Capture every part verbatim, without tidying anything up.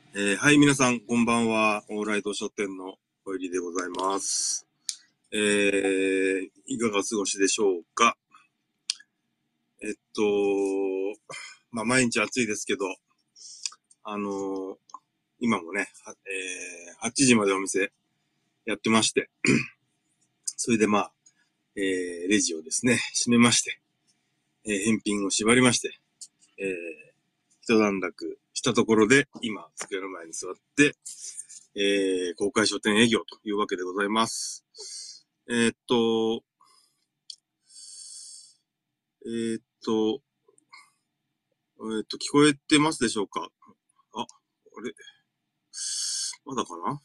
えー、はい、皆さん、こんばんは。オーライト書店の小入りでございます。えー、いかがお過ごしでしょうか。えっと、まあ、毎日暑いですけど、あのー、今もね、えー、はちじまでお店やってまして、それでまあ、えー、レジをですね、閉めまして、えー、返品を縛りまして、えー、一段落したところで、今、机の前に座って、えー、公開書店営業というわけでございます。えー、っと、えー、っと、えー、っと、聞こえてますでしょうか？あ、あれまだかな？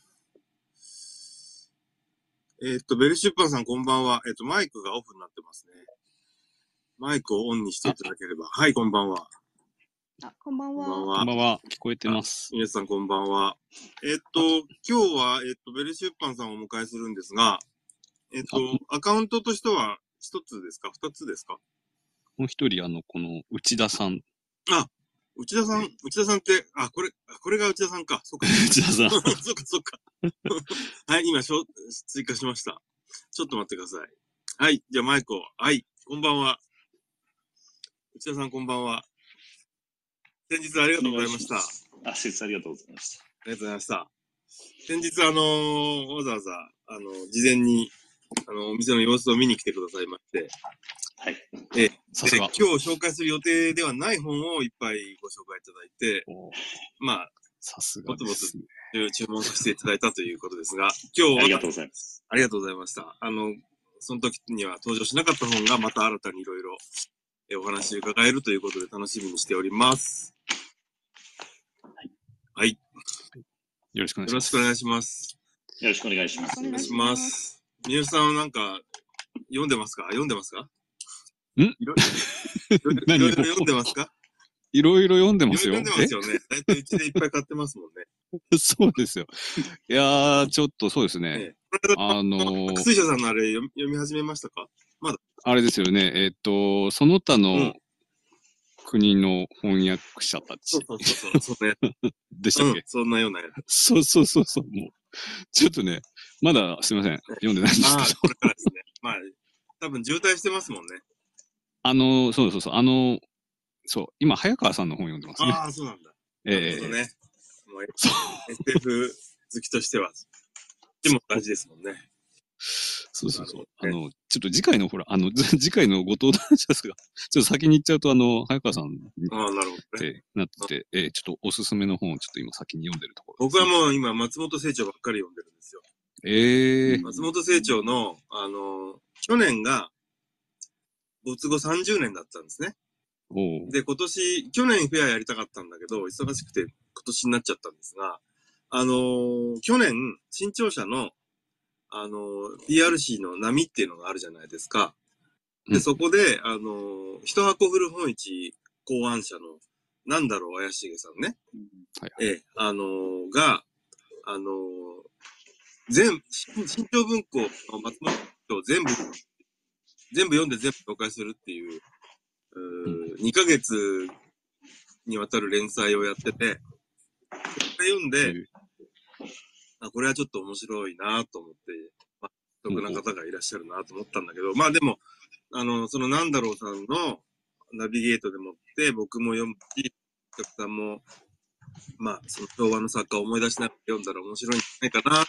えー、っと、ベル出版さんこんばんは。えー、っと、マイクがオフになってますね。マイクをオンにしていただければ。はい、こんばんは。 あ、こんばんは。 こんばんは。 こんばんは。聞こえてます。 皆さんこんばんは。えー、っと、今日は、えー、っと、ベル出版さんをお迎えするんですが、えー、っと、アカウントとしては一つですか？二つですか？ もう一人、あの、この内田さん。 あ、内田さん、内田さんって、あ、これ、これが内田さんか。そっか。 内田さん。 そっか、そっか。はい、今しょ、追加しました。ちょっと待ってください。はい、じゃあマイクを。はい、こんばんは。内田さん、こんばんは。先日ありがとうございました。 あ、先日ありがとうございました。 ありがとうございました。先日、あのー、わざわざ、あの、事前に、あの、お店の様子を見に来てくださいまして。 はい。 え、 さすが。 今日紹介する予定ではない本をいっぱいご紹介いただいて、まあ、 さすがですね。 ぼつぼつ注文させていただいたということですが、今日は、 ありがとうございます。 ありがとうございました。あの、その時には登場しなかった本がまた新たにいろいろお話を伺えるということで楽しみにしております。 はい。 はい。 よろしくお願いします。 よろしくお願いします。 よろしくお願いします。 お願いしま。 ます。 みゆさんはなんか、読んでますか？読んでますか？ んいろいろ読んでますか？ いろいろ読んでますよ。 読んでますよね。だいたいうちでいっぱい買ってますもんね。 そうですよ。いやー、ちょっとそうですね。 ねあのー、 水車さんのあれ読み始めましたか？まだ。 あれですよね。えっと、その他の国の翻訳者たち。 そうそうそうそう。そんなやつ。 でしたっけ、 うん、そんなようなやつ。 そうそうそうそう。もう、ちょっとね、まだすいません。読んでないんですけど。 ああ、これからですね。まあ、多分渋滞してますもんね。 あのー、そうそうそう。あのー、そう、今、早川さんの本読んでますね。 ああ、そうなんだ。 ええー。 なるほどね。もう エスエフ 好きとしては、でも大事ですもんね。 そうそうそう。あの、ちょっと次回のほら、あの、次回のご登壇者ですが、ちょっと先に行っちゃうと、あの、早川さんにああ、なるほど、ね。 ってなってて、えー、ちょっとおすすめの本をちょっと今先に読んでるところ、 ね。僕はもう今、松本清張ばっかり読んでるんですよ。 ええー。 松本清張の、あの、去年が、没後さんじゅうねんだったんですね。で、今年、去年フェアやりたかったんだけど、忙しくて今年になっちゃったんですが、あのー、去年、新潮社の、あのー、ピーアールシー の波っていうのがあるじゃないですか。で、うん、そこで、あのー、一箱古本市考案者の、なんだろう、怪しげさんね。はい、ええ、あのー、が、あのー、全、新潮文庫の松本を全部、全部読んで全部紹介するっていう、うーにかげつにわたる連載をやってて、それ読んで、あ、これはちょっと面白いなと思って、まあ、独特な方がいらっしゃるなと思ったんだけど、まあでも、あの、そのなんだろうさんのナビゲートでもって、僕も読むし、お客さんも、まあ、その昭和の作家を思い出しながら読んだら面白いんじゃないかなって、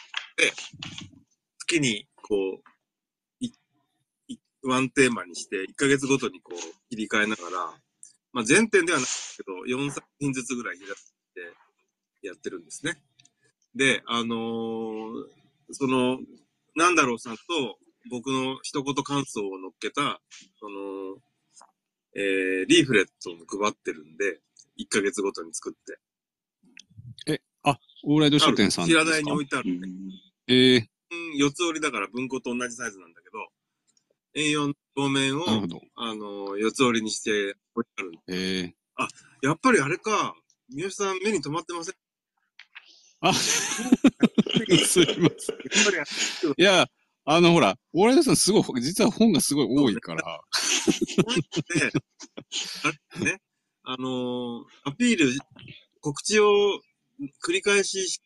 月にこう、い、い、ワンテーマにして、いっかげつごとにこう、切り替えながら、まあ全編ではないけど、よんさくひんずつぐらい開いてやってるんですね。で、あのー、その、なんだろうさんと僕の一言感想を乗っけた、その、えー、リーフレットを配ってるんで、いっかげつごとに作って。 え、あ、オーライド書店さんですか？ 平台に置いてあるんで。 えー、 うん、四つ折りだから文庫と同じサイズなんだけど、エーよん の両面を、あのー、四つ折りにして置いてあるんで。 えー、 あ、やっぱりあれか、三好さん目に留まってません？ あ、すいません。いや、あの、ほら、オーライドさんすごい、実は本がすごい多いから。 で、あれね、あのー、アピール、告知を繰り返しして、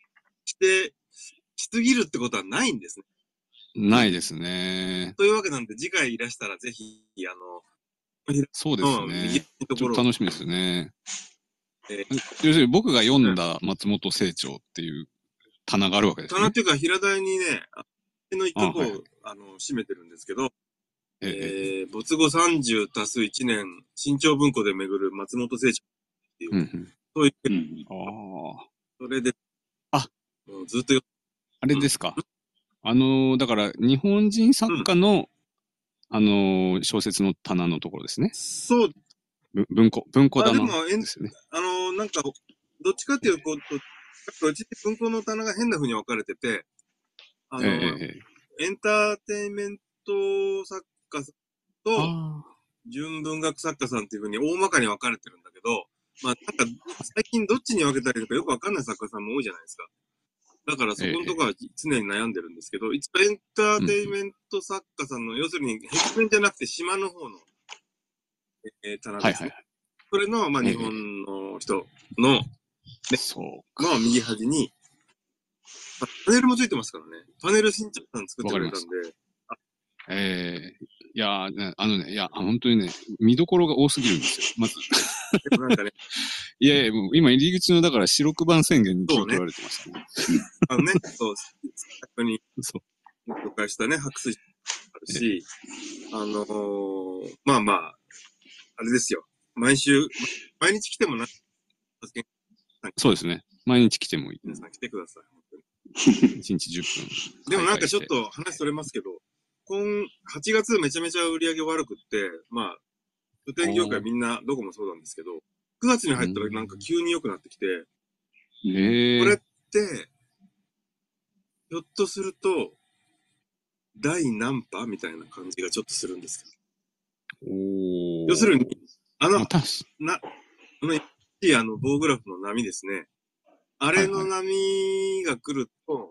しすぎるってことはないんですね。 ないですね。 というわけなんで、次回いらしたらぜひ、あの、 そうですね。ちょっと楽しみですね。えー、要するに僕が読んだ松本清張っていう棚があるわけですね。 棚っていうか、平台にね、の一角を、あ、はい、あの、占めてるんですけど、えー、えー、没後さんじゅう足すいちねん、新潮文庫で巡る松本清張っていう、うんうん、そういう、うん、ああ。それで、 あ、 もうずっと、 あれですか。うん、あのー、だから、日本人作家の、うん、あのー、小説の棚のところですね。 そう。 文庫、文庫棚ですね。 あ、でも、あのー、なんか、どっちかっていうと、うち文庫の棚が変な風に分かれてて、あの、えー、エンターテインメント作家さんと、純文学作家さんっていう風に大まかに分かれてるんだけど、まあ、なんか、最近どっちに分けたりとかよく分かんない作家さんも多いじゃないですか。だからそこのところは常に悩んでるんですけど、一応エンターテインメント作家さんの、うん、要するに、壁面じゃなくて島の方の、えー、棚ですね。はいはいはい。それの、まあ、日本の人の、ね、そうまあ、右端に、パネルもついてますからね。パネル新潮さん作ってくれたんで。 ええー、いやー、あのね、いや、本当にね、見どころが多すぎるんですよ、まず。なんかね、いやいや、もう今入り口の、だから四六番宣言に気を取られてましたね。 あのね、そう、先に紹介したね、白水あるし、あのー、まあまあ、あれですよ。毎週、毎日来てもな、そうですね。毎日来てもいい。皆さん来てください。いちにちじゅっぷん。でもなんかちょっと話それますけど、今、はちがつめちゃめちゃ売り上げ悪くって、まあ、書店業界みんな、どこもそうなんですけど、くがつに入ったらなんか急に良くなってきて、へこれって、ひょっとすると、第何波みたいな感じがちょっとするんですけど。要するに、あの、な、あの、あの棒グラフの波ですね。あれの波が来ると、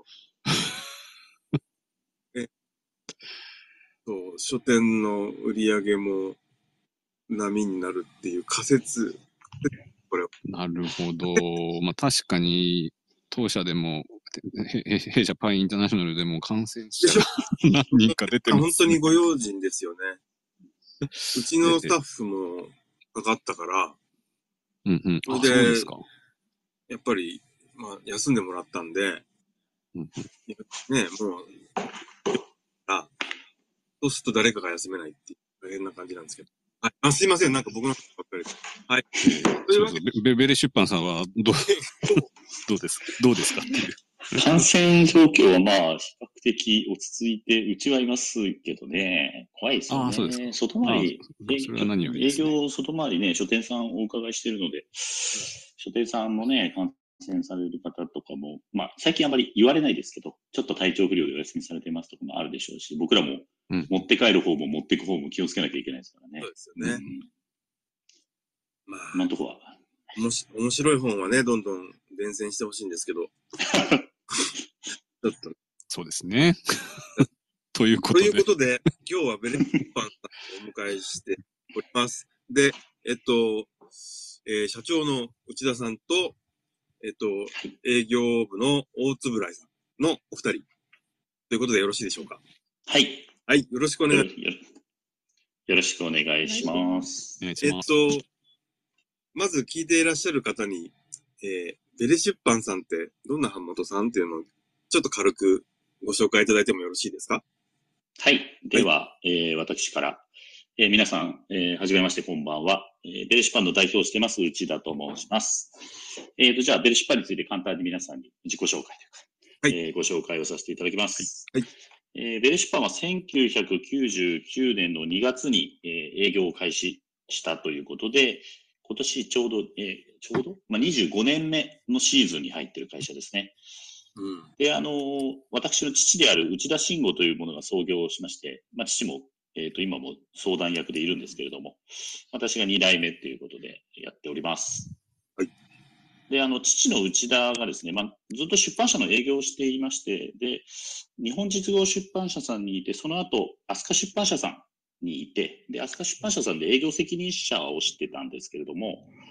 はいはい、え、そう、書店の売り上げも波になるっていう仮説。これなるほど。まあ確かに、当社でも、弊社パイインターナショナルでも感染者が何人か出てます、ね。本当にご用心ですよね。うちのスタッフもかかったから、うんうん。それで、そうですか。やっぱり、まあ、休んでもらったんで、うんうん、ね、もう、あ、そうすると誰かが休めないっていう大変な感じなんですけど。はい、あ、すいません、なんか僕のばっかりで。はい。というわけで、ベベレ出版さんはどう、どうですかどうですかっていう。 感染状況はまあ、比較的落ち着いて、うちはいますけどね、怖いですよね。ああ、そうですか。外回り、それは何よりですね、営業外回りね、書店さんお伺いしているので、書店さんもね、感染される方とかも、まあ、最近あまり言われないですけど、ちょっと体調不良でお休みされてますとかもあるでしょうし、僕らも持って帰る方も持っていく方も気をつけなきゃいけないですからね。そうですよね。うん、まあ、今のところは。もし、面白い本はね、どんどん伝染してほしいんですけど。ちょっと。 そうですね。ということで。 ということで、今日はベレッパンさんをお迎えしております。で、えっと、えー、社長の内田さんと、えっと、営業部の大円井さんのお二人。ということでよろしいでしょうか。 はい。 はい、よろしくお願いします。 よろしくお願いします。 えっと、まず聞いていらっしゃる方に、えー、ベレ出版さんってどんな版元さんっていうのをちょっと軽くご紹介いただいてもよろしいですか？ はい。では、はい、えー、私から、えー、皆さん、えー、はじめましてこんばんは。えー、ベレ出版の代表をしています内田と申します。えーと、じゃあ、ベレ出版について簡単に皆さんに自己紹介というか、はい、えー、ご紹介をさせていただきます。はい。はい、えー、ベレ出版はせんきゅうひゃくきゅうじゅうきゅうねんのにがつに、えー、営業を開始したということで、今年ちょうど、えー、ちょうど、まあ、にじゅうごねんめのシーズンに入っている会社ですね。うん、で、あのー、私の父である内田慎吾というものが創業をしまして、まあ、父も、えっと、今も相談役でいるんですけれども、私がに代目ということでやっております。はい。で、あの、父の内田がですね、まあ、ずっと出版社の営業をしていまして、で、日本実業出版社さんにいて、その後、飛鳥出版社さんにいて、で、飛鳥出版社さんで営業責任者をしてたんですけれども、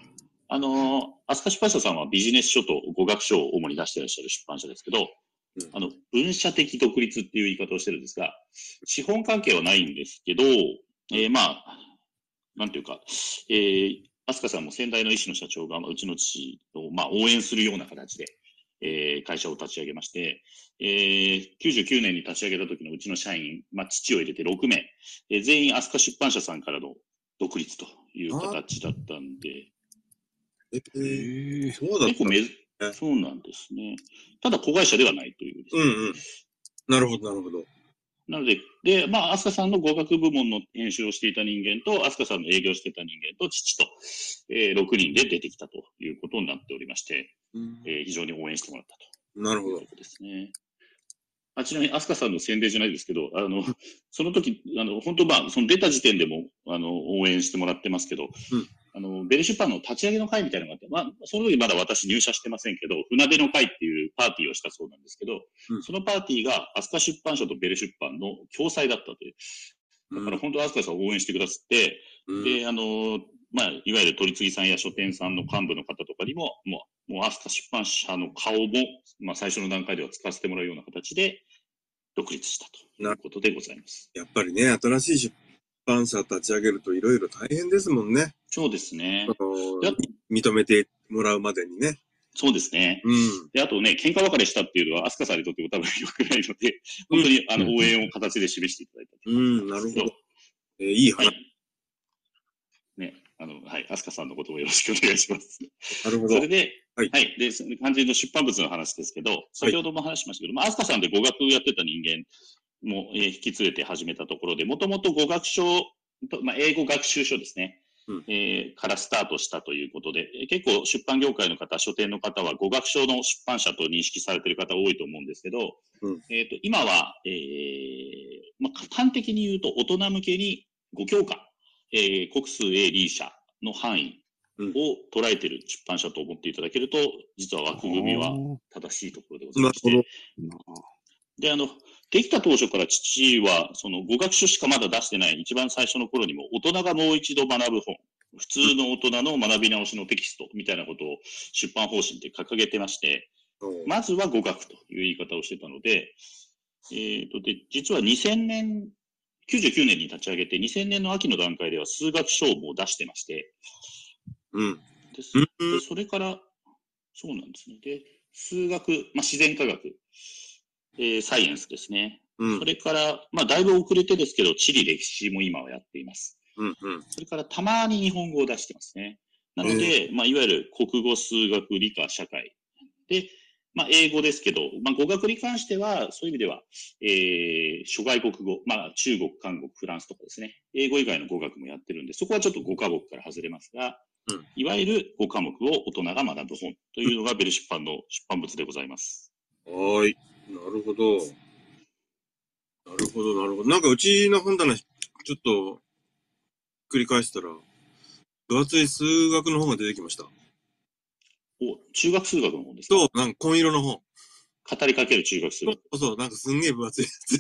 あの、飛鳥出版社さんはビジネス書と語学書を主に出していらっしゃる出版社ですけど、うん、あの、分社的独立っていう言い方をしてるんですが、資本関係はないんですけど、えー、まあ、なんていうか、えー、飛鳥さんも先代の医師の社長が、まあ、うちの父を、まあ、応援するような形で、えー、会社を立ち上げまして、えー、きゅうじゅうきゅうねんに立ち上げた時のうちの社員、まあ、父を入れてろくめい、えー、全員飛鳥出版社さんからの独立という形だったんで、 えー、そうだった。 結構めず、そうなんですね。ただ子会社ではないという、ね。 うんうん。なるほど、なるほど。 なので、で、まあ、飛鳥さんの語学部門の編集をしていた人間と、飛鳥さんの営業していた人間と、父と、えー、ろくにんで出てきたということになっておりまして、うんえー、非常に応援してもらったと。 なるほど。 いうことですね。あちなみに、飛鳥さんの宣伝じゃないですけど、あの、その時、あの、本当まあ、その出た時点でも、あの、応援してもらってますけど、うんあの、ベル出版の立ち上げの会みたいなのがあって、まあ、その時まだ私入社してませんけど、船出の会っていうパーティーをしたそうなんですけど、うん、そのパーティーが飛鳥出版社とベル出版の共催だったという。だから本当飛鳥さんを応援してくださって、うん、で、あの、まあ、いわゆる取次さんや書店さんの幹部の方とかにも、もう、もう飛鳥出版社の顔も、まあ、最初の段階では使わせてもらうような形で、独立したということでございます。 やっぱりね、新しい出版社立ち上げるといろいろ大変ですもんね。 そうですね。 認めてもらうまでにね。 そうですね。うん。で、あとね、喧嘩別れしたっていうのは、飛鳥さんにとっても多分良くないので、本当に、うん、あの、応援を形で示していただいたといううん、なるほど。えー、いい話、はい。 ね、あの、はい、飛鳥さんのこともよろしくお願いします。 なるほど。 それで、はい。はい。で、肝心の出版物の話ですけど、先ほども話しましたけど、はい、まあ、飛鳥さんで語学やってた人間も、えー、引き連れて始めたところで、もともと語学書と、まあ、英語学習書ですね。うんえー、からスタートしたということで、結構出版業界の方、書店の方は語学書の出版社と認識されている方多いと思うんですけど、うんえー、と今は、えーまあ、端的に言うと大人向けにご教科、えー、国数 A リー社の範囲を捉えている出版社と思っていただけると、実は枠組みは正しいところでございまして、で、あの、できた当初から父は、その語学書しかまだ出してない一番最初の頃にも、大人がもう一度学ぶ本、普通の大人の学び直しのテキストみたいなことを出版方針で掲げてまして、まずは語学という言い方をしてたので、えっと、で、実はにせんねん、きゅうじゅうきゅうねんに立ち上げて、にせんねんの秋の段階では数学書をもう出してまして、うん。で、それから、そうなんですね。で、数学、まあ、自然科学、えー、サイエンスですね。うん、それから、まあ、だいぶ遅れてですけど、地理歴史も今はやっています。うんうん、それから、たまに日本語を出してますね。なので、えー、まあ、いわゆる国語、数学、理科、社会。で、まあ、英語ですけど、まあ、語学に関しては、そういう意味では、えー、諸外国語、まあ、中国、韓国、フランスとかですね。英語以外の語学もやってるんで、そこはちょっとご科目から外れますが、うん、いわゆるご科目を大人が学ぶ本というのがベル出版の出版物でございます。 はい。なるほど。なるほど、なるほど。なんかうちの本棚、ちょっと、繰り返したら、分厚い数学の本が出てきました。 お、中学数学の本ですか？ そう、なんか紺色の本。 語りかける中学数学。 そうそう、なんかすんげえ分厚いやつ。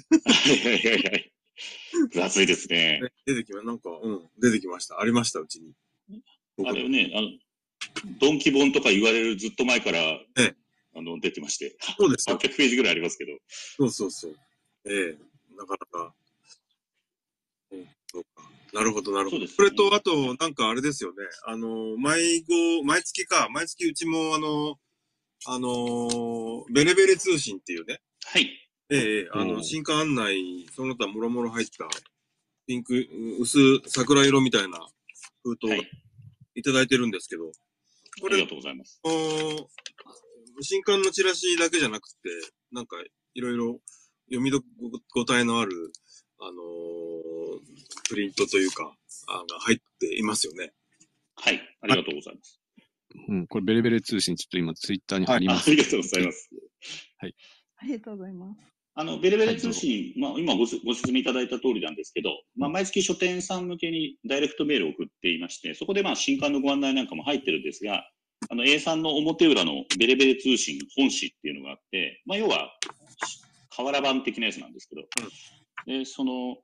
分厚いですね。 出てきま、なんか、うん、出てきました。ありました、うちに。 あれよね、あの、ドンキ本とか言われるずっと前から、ええ、あの、出てまして。そうです。はっぴゃくページぐらいありますけど。 そうそうそう。ええ、なかなか。うん、そうか。なるほど、なるほど。そ、ね、それと、あと、なんかあれですよね。あの、毎号、毎月か、毎月うちも、あの、あの、ベレベレ通信っていうね。 はい。 ええ、あの、新刊案内、その他もろもろ入った、ピンク、薄桜色みたいな封筒をいただいてるんですけど、 これ、ありがとうございます。 新刊のチラシだけじゃなくて、なんか、いろいろ読み応えのある、あのー、プリントというか、あが入っていますよね。 はい、ありがとうございます。 うん、これベレベレ通信、ちょっと今ツイッターに貼ります、 はい、あ。ありがとうございます。 はい。 ありがとうございます。 あの、ベレベレ通信、はい、まあ、今ごご説明いただいた通りなんですけど、まあ、毎月書店さん向けにダイレクトメールを送っていまして、そこでまあ、新刊のご案内なんかも入ってるんですが、あの、A さんの表裏のベレベレ通信本誌っていうのがあって、まあ、要は、瓦版的なやつなんですけど、で、その、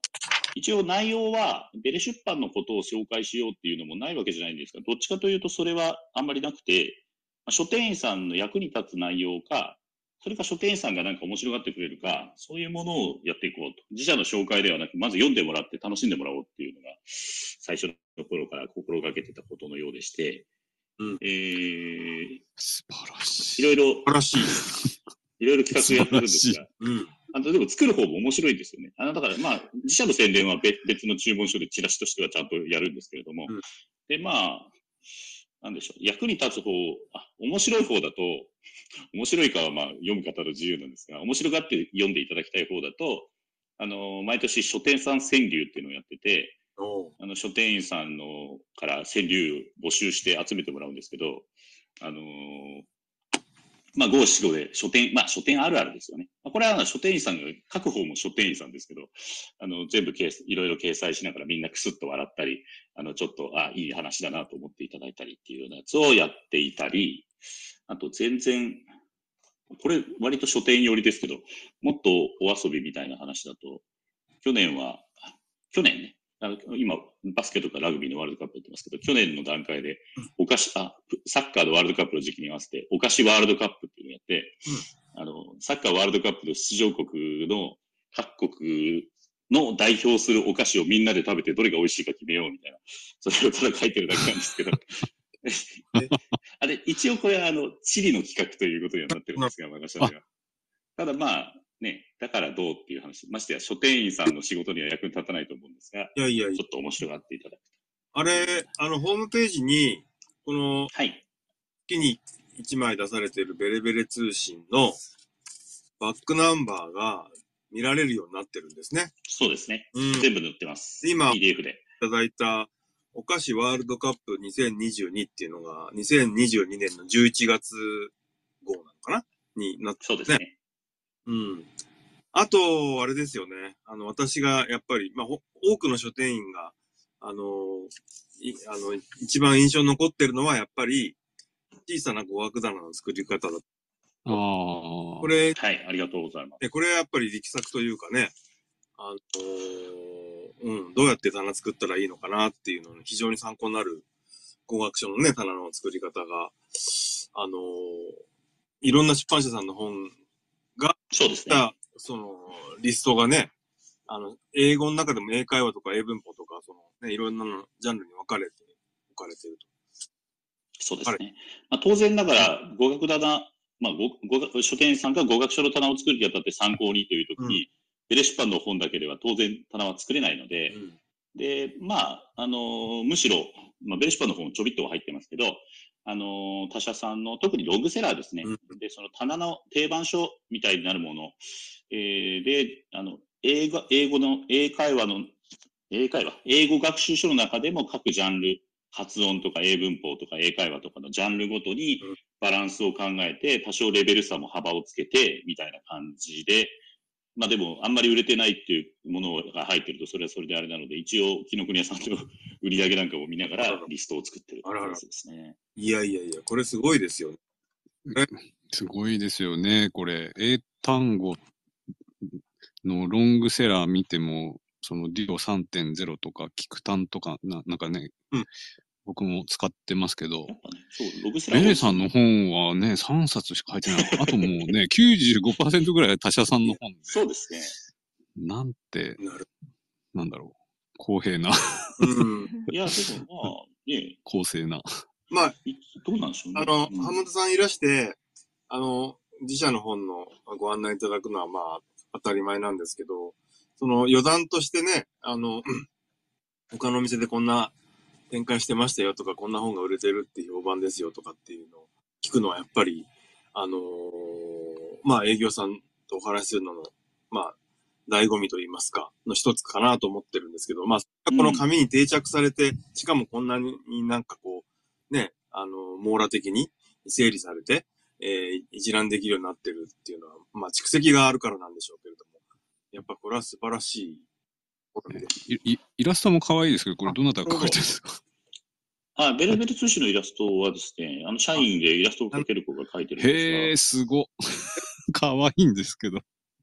一応内容は、ベレ出版のことを紹介しようっていうのもないわけじゃないんですが、どっちかというとそれはあんまりなくて、まあ、書店員さんの役に立つ内容か、それか書店員さんがなんか面白がってくれるか、そういうものをやっていこうと。自社の紹介ではなく、まず読んでもらって楽しんでもらおうっていうのが、最初の頃から心がけてたことのようでして、うん、えー、 素晴らしい。 いろいろ、 素晴らしい。 いろいろ企画やってるんですが、うん。あの、でも作る方も面白いんですよね。あの、だからまあ、自社の宣伝は別別の注文書でチラシとしてはちゃんとやるんですけれども、うん、で、まあ、なんでしょう、役に立つ方、あ、面白い方だと、面白いかはまあ読む方の自由なんですが、面白がって読んでいただきたい方だと、あの、毎年書店さん川柳っていうのをやってて、あの書店員さんのから川柳募集して集めてもらうんですけど、あのー、まあ、五七五で書店、まあ、書店あるあるですよね。これは書店員さんが、書く方も書店員さんですけど、あの、全部いろいろ掲載しながらみんなクスッと笑ったり、あの、ちょっと、あ、いい話だなと思っていただいたりっていうようなやつをやっていたり、あと全然、これ割と書店寄りですけど、もっとお遊びみたいな話だと、去年は、去年ね、あの今、バスケとかラグビーのワールドカップやってますけど、去年の段階で、お菓子、あ、サッカーのワールドカップの時期に合わせて、お菓子ワールドカップっていうのをやって、うん、あの、サッカーワールドカップの出場国の各国の代表するお菓子をみんなで食べてどれが美味しいか決めようみたいな、それをただ書いてるだけなんですけど、あれ、一応これはあの、チリの企画ということにはなってるんですが、私たちは。ただまあ、ね、だからどうっていう話。ましてや書店員さんの仕事には役に立たないと思うんですが、いやいやいやちょっと面白がっていただくと。 あれ、あの、ホームページに、この、 はい。 月にいちまい出されているベレベレ通信のバックナンバーが見られるようになってるんですね。 そうですね。うん、全部載ってます。 今、 ピーディーエフ で。 いただいたお菓子ワールドカップにせんにじゅうにっていうのが、にせんにじゅうにねんのじゅういちがつ号なのかなになって、ね。 そうですね。 うん。あと、あれですよね。あの、私がやっぱり、まあ、多くの書店員が、あの、いあの、一番印象に残ってるのは、やっぱり、小さな語学棚の作り方だ。 ああ。これ、 はい、ありがとうございます。 これはやっぱり力作というかね、あの、うん、どうやって棚作ったらいいのかなっていうのに非常に参考になる語学書のね、棚の作り方が、あの、いろんな出版社さんの本が、 そうですね。 その、リストがね、あの、英語の中でも英会話とか英文法とか、その、ね、いろんなのジャンルに分かれて、置かれていると。 そうですね。まあ、当然ながら、語学棚、まあ、語学、書店さんが語学書の棚を作るにあたって参考にというときに、うん、ベレ出版の本だけでは当然棚は作れないので、うん、で、まあ、あのー、むしろ、まあ、ベレ出版の本ちょびっとは入ってますけど、あのー、他社さんの、特にロングセラーですね。うん、で、その棚の定番書みたいになるもの、えー、で、あの、英語、英語の、英会話の、英会話、英語学習書の中でも各ジャンル、発音とか英文法とか英会話とかのジャンルごとにバランスを考えて、多少レベル差も幅をつけて、みたいな感じで、まあでも、あんまり売れてないっていうものが入ってると、それはそれであれなので、一応、紀ノ国屋さんの売り上げなんかも見ながら、リストを作ってるってやつですね。 いやいやいや、これすごいですよね。 すごいですよね、これ。英単語のロングセラー見ても、そのディオ さんてんゼロ とか、キクタンとか、ななんかね、うん、僕も使ってますけど、ベレさんの本はね、さんさつしか入ってない。あともうね、きゅうじゅうごパーセント ぐらい他社さんの本で。 そうですね。 なんて、なんだろう。公平な。 うん。いや、でもまあ、ね。 公正な。 まあ、 どうなんでしょうね。 あの、うん、浜田さんいらして、あの、自社の本のご案内いただくのはまあ、当たり前なんですけど、その余談としてね、あの、他のお店でこんな展開してましたよとか、こんな本が売れてるって評判ですよとかっていうのを聞くのはやっぱり、あのー、まあ営業さんとお話しするのの、まあ、醍醐味と言いますか、の一つかなと思ってるんですけど、まあ、この紙に定着されて、うん、しかもこんなになんかこう、ね、あの、網羅的に整理されて、えー、一覧できるようになってるっていうのは、まあ、蓄積があるからなんでしょうけれども、やっぱこれは素晴らしい。 い, いイラストも可愛いですけど、これどなたが描いてるんですか？ あ、ベルベル通信のイラストはですね、あの、社員でイラストを描ける子が描いてるんですが。 へー、すご。可愛いんですけど。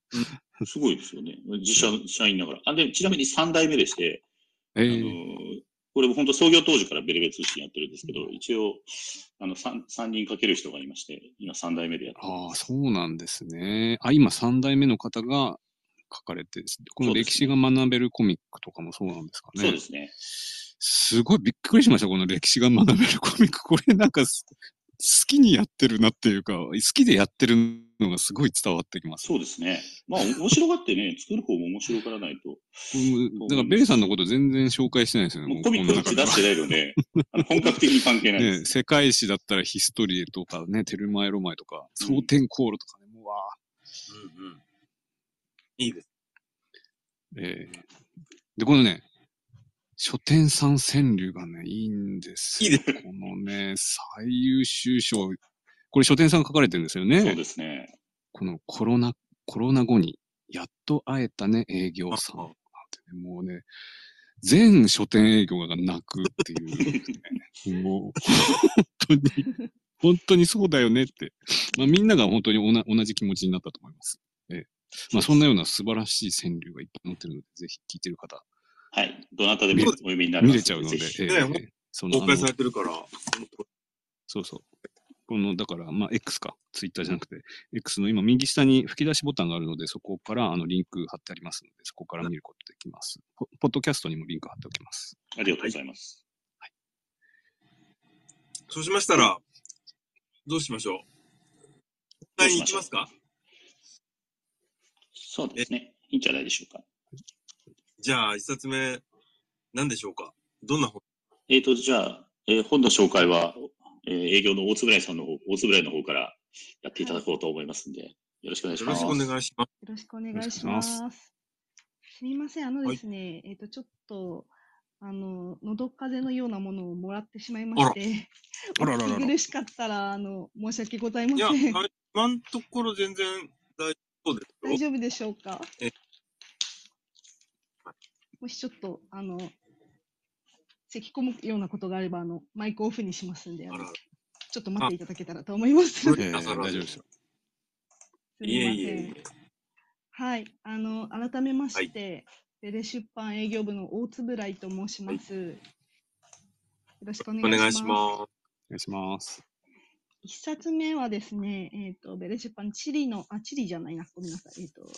すごいですよね。自社社員ながら。あ、で、ちなみにさん代目でして、えー、あの、これも本当創業当時からベルベ通信やってるんですけど、一応、あの、3、三人かける人がいまして、今さん代目でやってます。 ああ、そうなんですね。あ、今さん代目の方が書かれて、この歴史が学べるコミックとかもそうなんですかね。 そうですね。 すごいびっくりしました、この歴史が学べるコミック。これなんか好きにやってるなっていうか、好きでやってるのがすごい伝わってきます、 ね。そうですね。まあ、面白がってね、作る方も面白がらないと。 だから、ベイさんのこと全然紹介してないですよね。 もうコミックの口出してないので、あの本格的に関係ないです。 ね、世界史だったらヒストリエとかね、テルマエロマエとか、蒼天航路とかね、もうわうんうん。いいです。 えー、で、このね、書店さん川柳がね、いいんですよ。 いいです。 このね、最優秀賞。これ書店さん書かれてるんですよね。 そうですね。 このコロナ、コロナ後に、やっと会えたね、営業さん。なんてね、もうね、全書店営業が泣くっていう、ね、もう、本当に、本当にそうだよねって。まあ、みんなが本当におな同じ気持ちになったと思います。ええ、まあ、そんなような素晴らしい川柳がいっぱい載ってるので、ぜひ聞いてる方。 はい。どなたでもお読みになる見れちゃうので、ええ、その公開されてるから。 そうそう。この、だから、まあ、X か。ツイッターじゃなくて、X の今、右下に吹き出しボタンがあるので、そこから、あの、リンク貼ってありますので、そこから見ることできます。ポポッドキャストにもリンク貼っておきます。 ありがとうございます。 はい。 そうしましたら、どうしましょう。本題に行きますか？ そうですね。いいんじゃないでしょうか。 じゃあ、一冊目、何でしょうか？どんな本？ えっと、じゃあ、えー、本の紹介は、えー、営業の大円谷さんの方、大円谷の方からやっていただこうと思いますんで、はい、よろしくお願いします。 よろしくお願いします。 よろしくお願いします。すみません、あのですね、はい、えっ、ー、と、ちょっと、あの、喉風邪のようなものをもらってしまいまして、お聞き苦しかったら、あの、申し訳ございません。 いや、今のところ全然大丈夫ですよ。 大丈夫でしょうか？えもしちょっと、あの、咳込むようなことがあれば、あの、マイクオフにしますんで、あの、ちょっと待っていただけたらと思います。 えー、大丈夫ですよ。 すみません。いえいえはい、あの、改めまして、はい、ベレ出版営業部の大円谷と申します。はい、よろしくお願いします。 お願いします。お願いします。 一冊目はですね、えっ、ー、と、ベレ出版、地理の、あ、地理じゃないな、ごめんなさい。えっ、ー、と、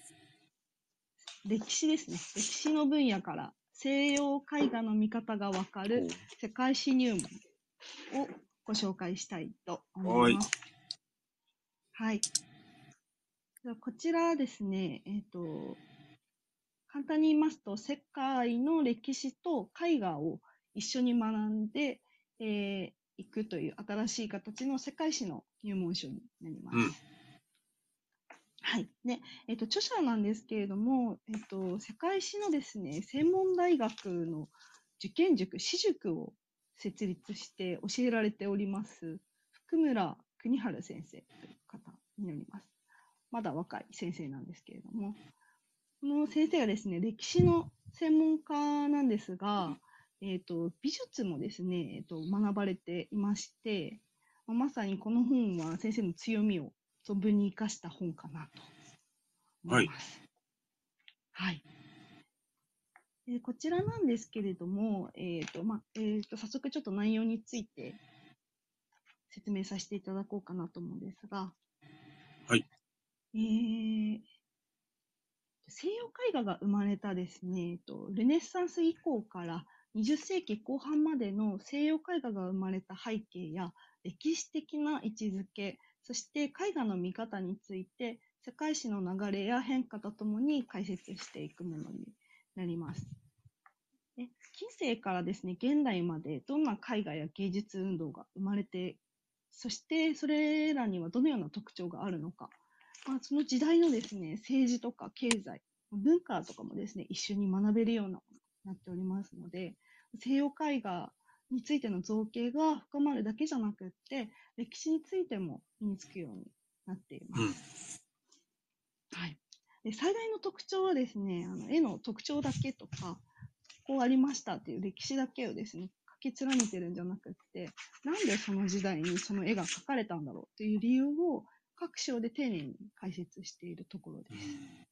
歴史ですね。歴史の分野から西洋絵画の見方がわかる世界史入門をご紹介したいと思います。はい。はい、こちらですね、えっ、ー、と、簡単に言いますと、世界の歴史と絵画を一緒に学んでい、えー、くという新しい形の世界史の入門書になります。うん、はい。で、えっ、ー、と、著者なんですけれども、えっ、ー、と、世界史のですね、専門大学の受験塾、私塾を設立して教えられております、福村邦治先生という方になります。まだ若い先生なんですけれども、この先生はですね、歴史の専門家なんですが、えっと、美術もですね、えっと、学ばれていまして、まさにこの本は先生の強みを存分に生かした本かなと思います。はい。はい、こちらなんですけれども、えっと、まあ、えっと、早速ちょっと内容について説明させていただこうかなと思うんですが、 はい。 えー、西洋絵画が生まれたですね、ルネッサンス以降からにじゅっせいきこう半までの西洋絵画が生まれた背景や歴史的な位置づけ、そして絵画の見方について世界史の流れや変化とともに解説していくものになります。で、近世からですね、現代までどんな絵画や芸術運動が生まれて、そしてそれらにはどのような特徴があるのか、まあ、その時代のですね、政治とか経済、文化とかもですね、一緒に学べるようなものになっておりますので、西洋絵画についての造形が深まるだけじゃなくって、歴史についても身につくようになっています。うん、はい。で、最大の特徴はですね、あの絵の特徴だけとか、こうありましたっていう歴史だけをですね、書き連ねてるんじゃなくって、なんでその時代にその絵が描かれたんだろうっていう理由を各章で丁寧に解説しているところです。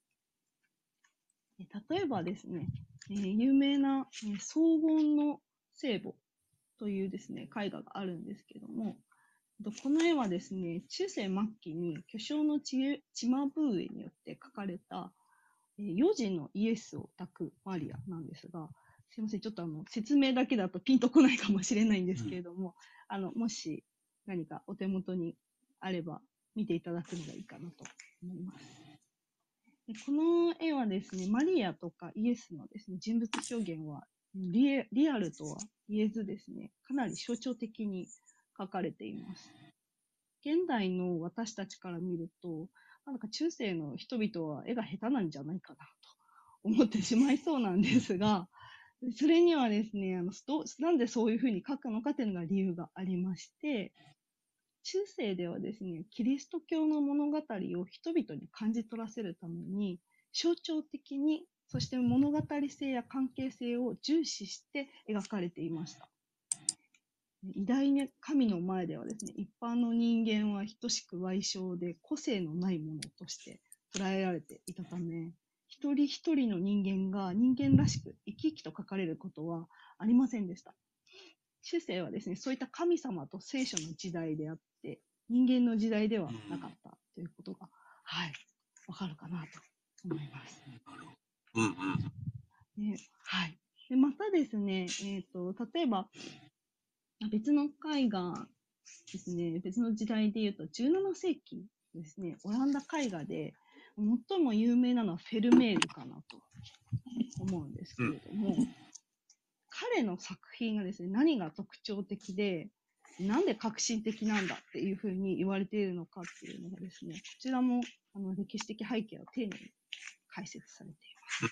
例えばですね、えー、有名な、えー、荘厳の聖母というですね、絵画があるんですけども、この絵はですね、中世末期に巨匠のチマブーエによって描かれた、えー、幼児のイエスを抱くマリアなんですが、すいません、ちょっとあの説明だけだとピンとこないかもしれないんですけれども、うん、あのもし何かお手元にあれば見ていただくのがいいかなと思います。でこの絵はですね、マリアとかイエスのですね、人物表現はリリアルとは言えずですね、かなり象徴的に描かれています。現代の私たちから見ると、なんか中世の人々は絵が下手なんじゃないかなと思ってしまいそうなんですが、それにはですね、あのなんでそういうふうに描くのかというのが理由がありまして、中世ではですね、キリスト教の物語を人々に感じ取らせるために、象徴的に、そして物語性や関係性を重視して描かれていました。偉大な神の前ではですね、一般の人間は等しく矮小で個性のないものとして捉えられていたため、一人一人の人間が人間らしく生き生きと描かれることはありませんでした。中世はですね、そういった神様と聖書の時代であって、人間の時代ではなかったということが、はい、わかるかなと思います。 うんうん。 ね、はい。でまたですね、えっと、例えば、別の絵画ですね、別の時代で言うと、じゅうなな世紀ですね、オランダ絵画で、最も有名なのはフェルメールかなと思うんですけれども、うん、彼の作品がですね、何が特徴的で、なんで革新的なんだっていうふうに言われているのかっていうのがですね、こちらもあの歴史的背景を丁寧に解説されています。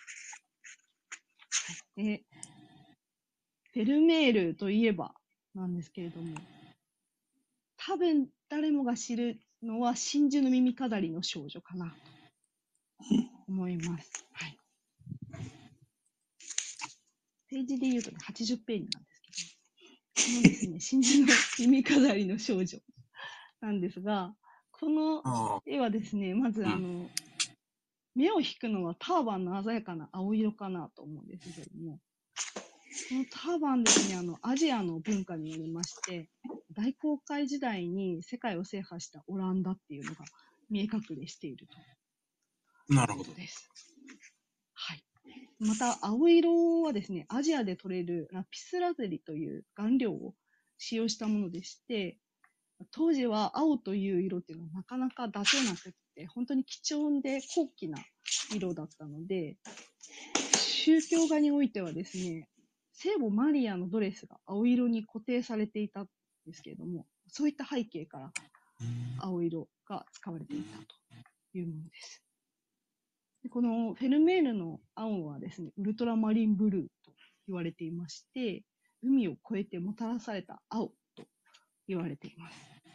はい、でフェルメールといえばなんですけれども、多分誰もが知るのは真珠の耳飾りの少女かなと思います。はい、ページで言うと、ね、はちじゅうページなんですけど、このですね、真珠の耳飾りの少女なんですが、この絵はですね、まずあの、うん、目を引くのはターバンの鮮やかな青色かなと思うんですけれども、このターバンですね、あのアジアの文化によりまして、大航海時代に世界を制覇したオランダっていうのが見え隠れしていると。 なるほどです。はい。また、青色はですね、アジアで取れるラピスラズリという顔料を使用したものでして、当時は青という色っていうのはなかなか出せなくって、本当に貴重で高貴な色だったので、宗教画においてはですね、聖母マリアのドレスが青色に固定されていたんですけれども、そういった背景から青色が使われていたというものです。でこのフェルメールの青はですね、ウルトラマリンブルーと言われていまして、海を越えてもたらされた青と言われています。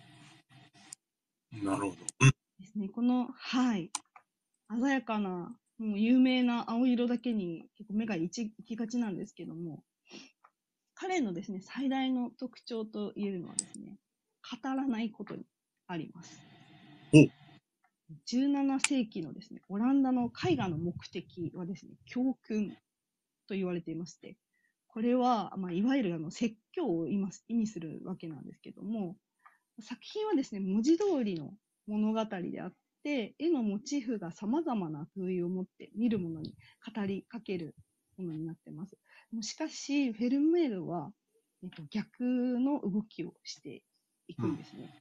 なるほど。 ですね、この、はい、鮮やかな、もう有名な青色だけに結構目が行きがちなんですけども、彼のですね、最大の特徴と言えるのはですね、語らないことにあります。じゅうなな世紀のですね、オランダの絵画の目的はですね、教訓と言われていまして、これは、まあ、いわゆるあの説教を意味するわけなんですけども、作品はですね、文字通りの物語であって、絵のモチーフが様々な風意を持って見る者に語りかけるものになっています。しかし、フェルメールは、えっと、逆の動きをしていくんですね。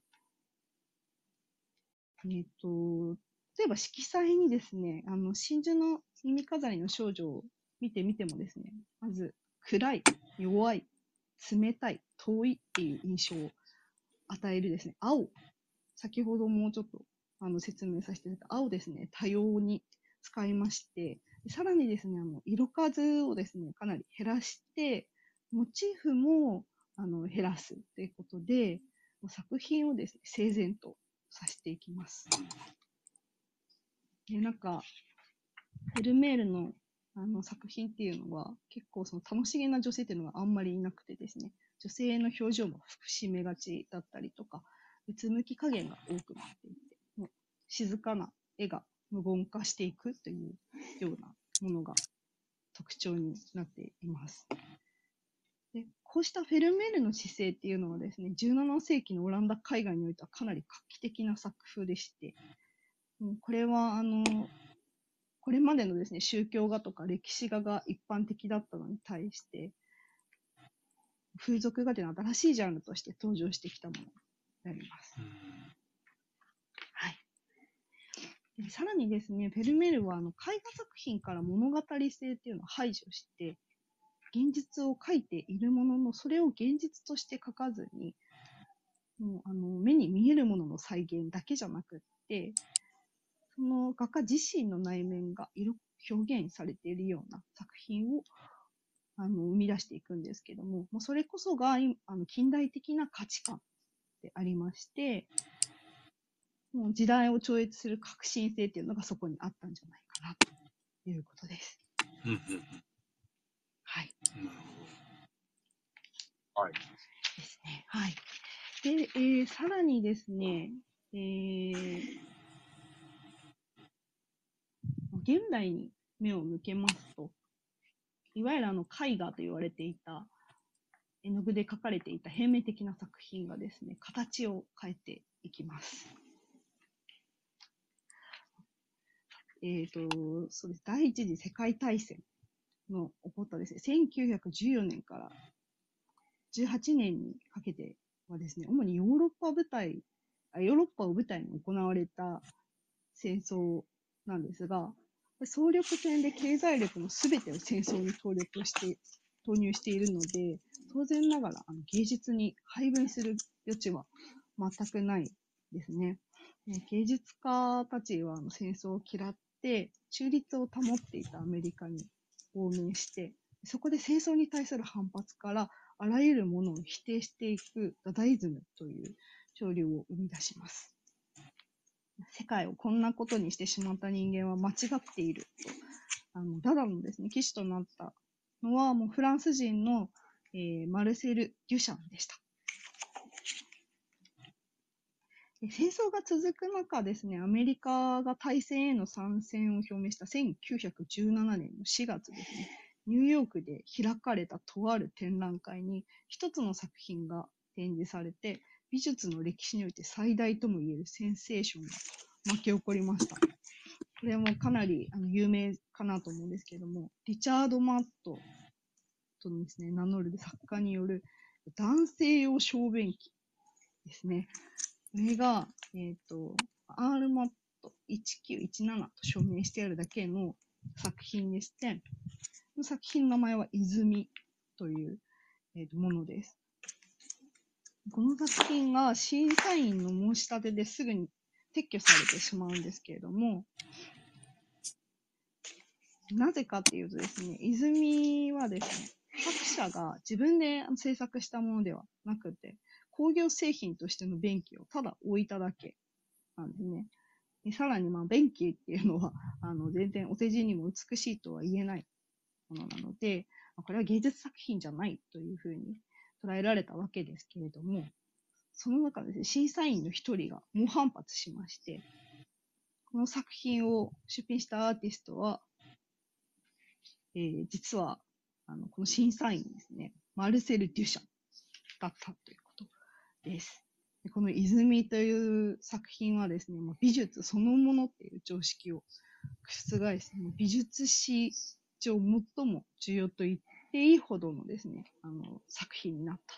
うん、えっと、例えば色彩にですね、あの真珠の耳飾りの少女を見てみてもですね、まず暗い、弱い、冷たい、遠いっていう印象を与えるですね、青。先ほどもうちょっとあの説明させていただいた青ですね、多様に使いまして、さらにですね、あの色数をですね、かなり減らして、モチーフもあの減らすということで、作品をですね、整然とさせていきます。でなんか、フェルメールのあの作品っていうのは、結構その楽しげな女性っていうのがあんまりいなくてですね、女性の表情も伏し目がちだったりとか、うつむき加減が多くなっていて、もう静かな絵が無言化していくというようなものが特徴になっています。でこうしたフェルメールの姿勢っていうのはですね、じゅうなな世紀のオランダ絵画においてはかなり画期的な作風でして、これはあのこれまでのですね、宗教画とか歴史画が一般的だったのに対して、風俗画というのは新しいジャンルとして登場してきたものになります。はい。でさらにですね、フェルメールはあの絵画作品から物語性っていうのを排除して、現実を描いているものの、それを現実として描かずに、もうあの目に見えるものの再現だけじゃなくって、その画家自身の内面が色表現されているような作品をあの生み出していくんですけども、もうそれこそがあの近代的な価値観でありまして、もう時代を超越する革新性っていうのがそこにあったんじゃないかなということです。はい。なるほど。はい。 ですね。はい。で、えー、さらにですね、えー、現代に目を向けますと、いわゆるあの絵画と言われていた、絵の具で描かれていた平面的な作品がですね、形を変えていきます。えっと、そうです。第一次世界大戦の起こったですね、せんきゅうひゃくじゅうよねんからじゅうはちねんにかけてはですね、主にヨーロッパ舞台、ヨーロッパを舞台に行われた戦争なんですが、総力戦で経済力のすべてを戦争に投力して投入しているので、当然ながらあの芸術に配分する余地は全くないですね。芸術家たちはあの戦争を嫌って中立を保っていたアメリカに亡命して、そこで戦争に対する反発からあらゆるものを否定していくダダイズムという潮流を生み出します。世界をこんなことにしてしまった人間は間違っていると、あのダダのですね、騎士となったのはもうフランス人の、えー、マルセル・デュシャンでした。戦争が続く中ですね、アメリカが大戦への参戦を表明したせんきゅうひゃくじゅうななねんのしがつですね、ニューヨークで開かれたとある展覧会に一つの作品が展示されて、美術の歴史において最大ともいえるセンセーションが巻き起こりました。これもかなりあの有名かなと思うんですけども、リチャード・マットとですね、名乗る作家による男性用小便器ですね。これが、えっと、アールマットせんきゅうひゃくじゅうななと署名してあるだけの作品でして、この作品の名前は泉という、えー、とものです。この作品が審査員の申し立てですぐに撤去されてしまうんですけれども、なぜかっていうとですね、泉はですね、作者が自分で制作したものではなくて、工業製品としての便器をただ置いただけなんですね。でさらに、まあ、便器っていうのは、あの、全然お世辞にも美しいとは言えないものなので、これは芸術作品じゃないというふうに捉えられたわけですけれども、その中でですね、審査員の一人が猛反発しまして、この作品を出品したアーティストは、えー、実はあのこの審査員ですね、マルセル・デュシャンだったということです。でこの泉という作品はですね、もう美術そのものっていう常識を覆して、美術史上最も重要と言っていいほどのですね、あの作品になったと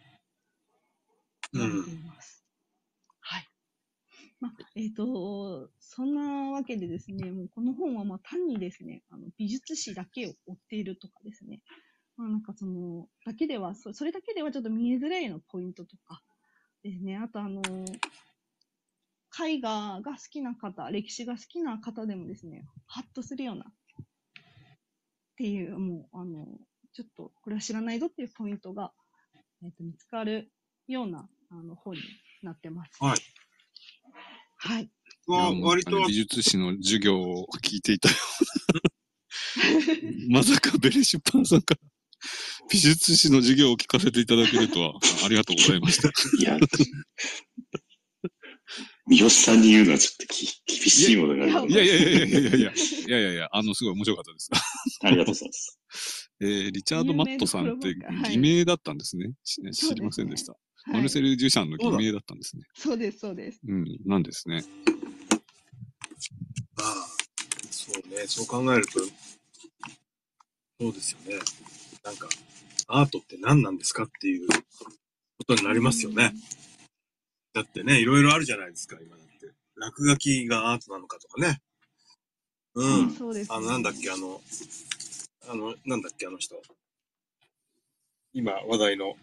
言われています。うん、はい。まあ、えっと、そんなわけでですね、もうこの本はまあ単にですね、あの美術史だけを追っているとかですね、まあなんかその、だけでは、そそれだけではちょっと見えづらいのポイントとかですね、あとあの、絵画が好きな方、歴史が好きな方でもですね、ハッとするような、っていう、もう、あの、ちょっとこれは知らないぞっていうポイントが、えっと、見つかるようなあの本になってます。 はい。 はい。 まあ、割と美術史の授業を聞いていたような。まさかベレ出版さんから美術史の授業を聞かせていただけるとは、ありがとうございました。いや三好さんに言うのはちょっとき厳しいものがあるかいやいやいやいやいやいやいやいやいやいや、あの、すごい面白かったです。 ありがとうございます。 えー、リチャード・マットさんって偽名だったんですね。はい、知りませんでした。ね、マルセル・デュシャンの偽名だったんですね。 そうです、そうです。 うん、なんですね。 ああ、そうね、そう考えると、そうですよね。なんか、アートって何なんですかっていうことになりますよね。だってね、いろいろあるじゃないですか、今だって。落書きがアートなのかとかね。うん。そうですね、あの、なんだっけ、あの、あの、なんだっけ、あの人。今、話題の、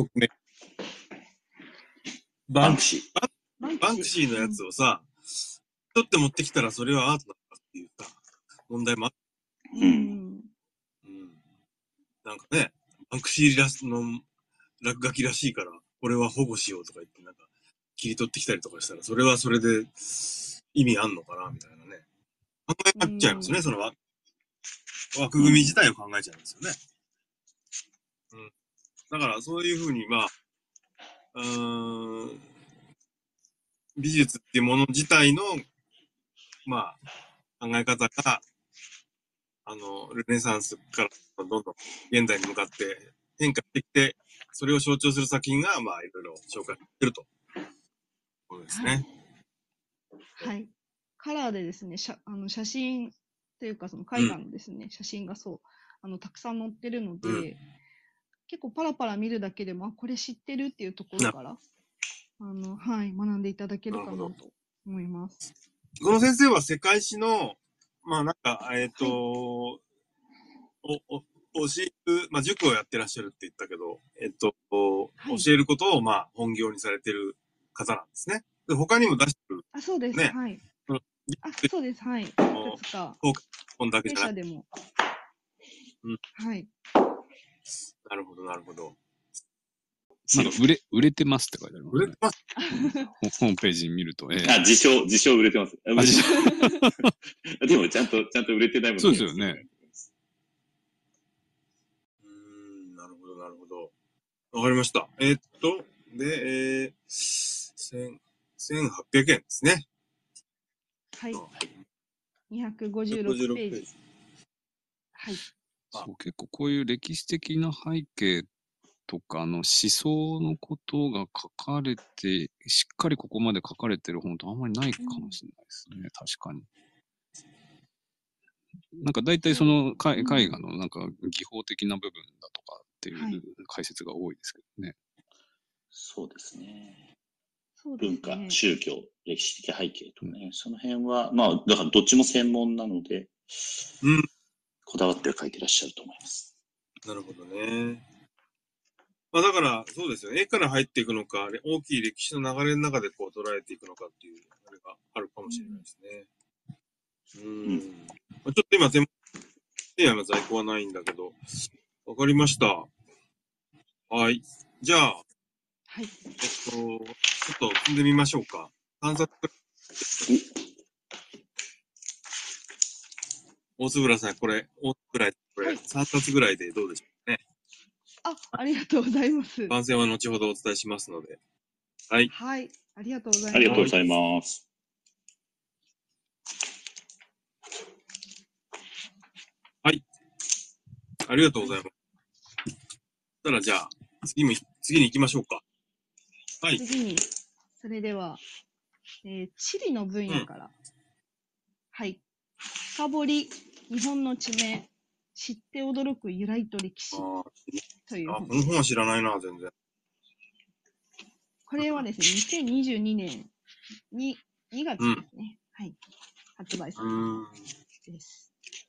バンクシー。 バンクシーのやつをさ、うん、取って持ってきたらそれはアートなのかっていうさ、問題もある。うん。うん。なんかね、バンクシーラスの落書きらしいから、これは保護しようとか言って、なんか、切り取ってきたりとかしたら、それはそれで意味あんのかな、みたいなね。考えちゃいますよね、その枠組み自体を考えちゃいますよね。うん。だから、そういうふうに、まあ、うーん、美術っていうもの自体の、まあ、考え方が、あの、ルネサンスからどんどん現代に向かって変化してきて、それを象徴する作品が、まあ、いろいろ紹介してると。そうですね。 はい。はい、カラーでですね、写あの写真というか、その絵画のですね、うん、写真がそう、あの、たくさん載ってるので、うん、結構パラパラ見るだけでも、あ、これ知ってるっていうところから、あの、はい、学んでいただけるかなと思います。 この先生は世界史の、まあなんか、えっ、ー、と、はい、お、お、教える、まあ塾をやってらっしゃるって言ったけど、えっ、ー、と、はい、教えることをまあ本業にされてる方なんですね。で、他にも出してる、ね。 あ、そうです。はい。あ、そうです。はい。いくつか。 本だけじゃない。 でも。 うん。 はい。 なるほど、なるほど。 なんか売れ、売れてますって書いてありますね。 売れてますホームページ見ると。 えー、あ、自称、自称売れてます。あ、自称でもちゃんと、ちゃんと売れてないものそうですよね。 うん、なるほど、なるほど。わかりました。えー、っと、で、えー、せんはっぴゃくえんですね。 はい。にひゃくごじゅうろくページ。はい。 そう、結構こういう歴史的な背景とかの思想のことが書かれて、しっかりここまで書かれてる本ってあんまりないかもしれないですね。うん、確かに。なんか大体その絵画のなんか技法的な部分だとかっていう解説が多いですけどね。はい、 そうですね。 そうですね。 文化、宗教、歴史的背景とかね、うん、その辺は、まあ、だからどっちも専門なので、 うん、 こだわって書いてらっしゃると思います。 なるほどね。まあだから、そうですよね。絵から入っていくのか、大きい歴史の流れの中でこう捉えていくのかっていう、あれがあるかもしれないですね。うん。うん、ちょっと今、手前の在庫はないんだけど、わかりました。はい。じゃあ、 はい。 えっと、ちょっと進んでみましょうか。さんさつ。大津村さん、これ、大津ぐらい、これ、はい、さんさつぐらいでどうでしょうかね。 あ、ありがとうございます。 番宣は後ほどお伝えしますので。はい。 はい。ありがとうございます。 ありがとうございます。 はい。ありがとうございます。そしたらじゃあ、次も、次に行きましょうか。はい。 次に、それでは、えー、地理の分野から。うん、はい。深掘り、日本の地名、知って驚く由来と歴史という本。 あ、この本は知らないな、全然。 これはですね、にせんにじゅうにねんににがつですね。うん、はい。発売されたです。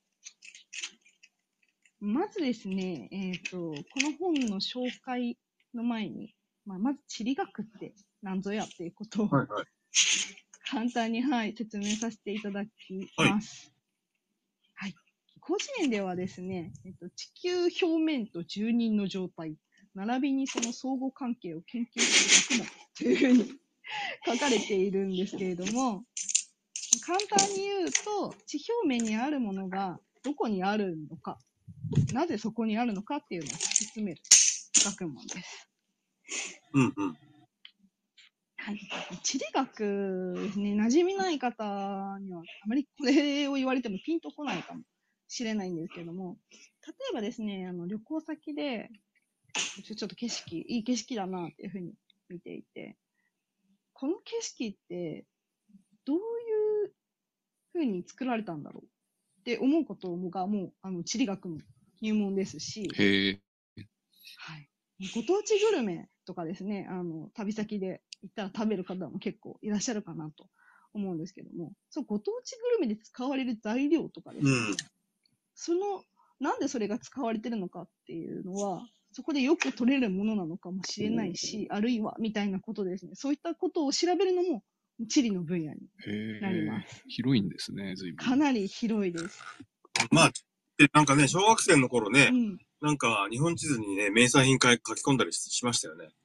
まずですね、えっと、この本の紹介の前に、まあ、まず地理学って何ぞやっていうことを、はいはい、簡単に、はい、説明させていただきます。はい。はい、個人ではですね、えっと、地球表面と住人の状態、並びにその相互関係を研究する学問というふうに書かれているんですけれども、簡単に言うと、地表面にあるものがどこにあるのか、なぜそこにあるのかっていうのを突き詰める学問です。 うんうん。 はい。地理学ですね、馴染みない方には、あまりこれを言われてもピンとこないかもしれないんですけども、例えばですね、あの旅行先で、ちょっと景色、いい景色だなっていうふうに見ていて、この景色ってどういうふうに作られたんだろうって思うことがもうあの地理学の入門ですし、 へはい、ご当地グルメとかですね、あの旅先で行ったら食べる方も結構いらっしゃるかなと思うんですけども、そうご当地グルメで使われる材料とかですね、うん、そのなんでそれが使われてるのかっていうのは、そこでよく取れるものなのかもしれないし、あるいはみたいなことですね。そういったことを調べるのも地理の分野になります。 広いんですね、随分。 かなり広いです。 まあ、なんかね、小学生の頃ね、うん、なんか日本地図にね、名産品書き込んだりしましたよね。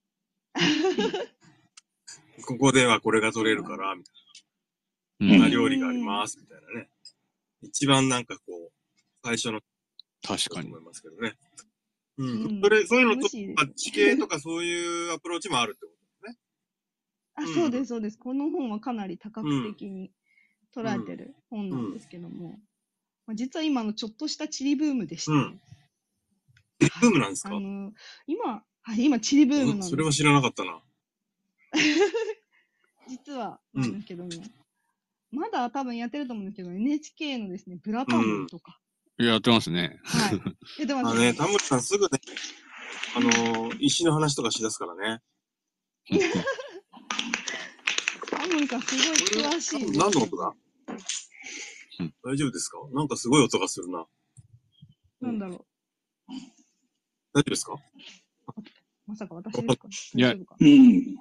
ここではこれが取れるから、みたいな。こんな料理があります、みたいなね。一番なんかこう、最初の。 確かに。 思いますけどね。うん。それ、そういうのと、地形とかそういうアプローチもあるってことですね。 あ、そうです、そうです。この本はかなり多角的に捉えてる本なんですけども、まあ、実は今のちょっとしたチリブームでして。うん、 チリブームなんですか？ はい、あのー、今、はい、今チリブームなんです。 それは知らなかったな。 実はなんですけども、うん、まだ多分やってると思うんですけど、エヌエイチケー のですね、ブラタモリとか。 うん、やってますね。 はい。やってますね。あね、タモリさんすぐね、あのー、石の話とかしだすからね。 タモリさんすごい詳しいです、ね。 何の音だ？大丈夫ですか？なんかすごい音がするな。 なんだろう。 大丈夫ですか？ まさか私ですか？ いや、 大丈夫か？ うん。ん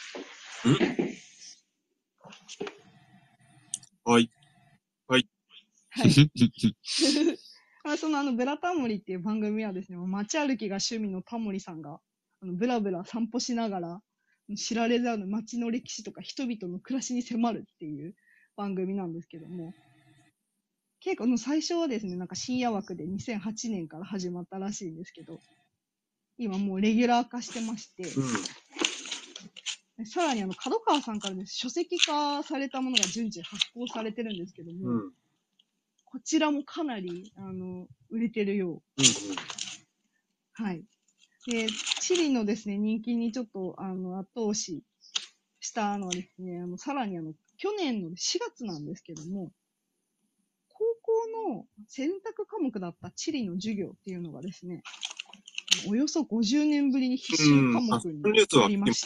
はい。はい。 はい。あそのあの、ブラタモリっていう番組はですね、街歩きが趣味のタモリさんが、あのブラブラ散歩しながら、知られざる街の歴史とか人々の暮らしに迫るっていう番組なんですけども、結構の最初はですね、なんか深夜枠でにせんはちねんから始まったらしいんですけど、今もうレギュラー化してまして、うん、さらにあの角川さんからです、書籍化されたものが順次発行されてるんですけども、うん、こちらもかなりあの売れてるよう。うんうん、はい。で、チリのですね、人気にちょっとあの後押ししたのはですね、あのさらにあの去年のしがつなんですけども、高校の選択科目だった地理の授業っていうのがですね、およそごじゅうねんぶりに必修科目になりまして、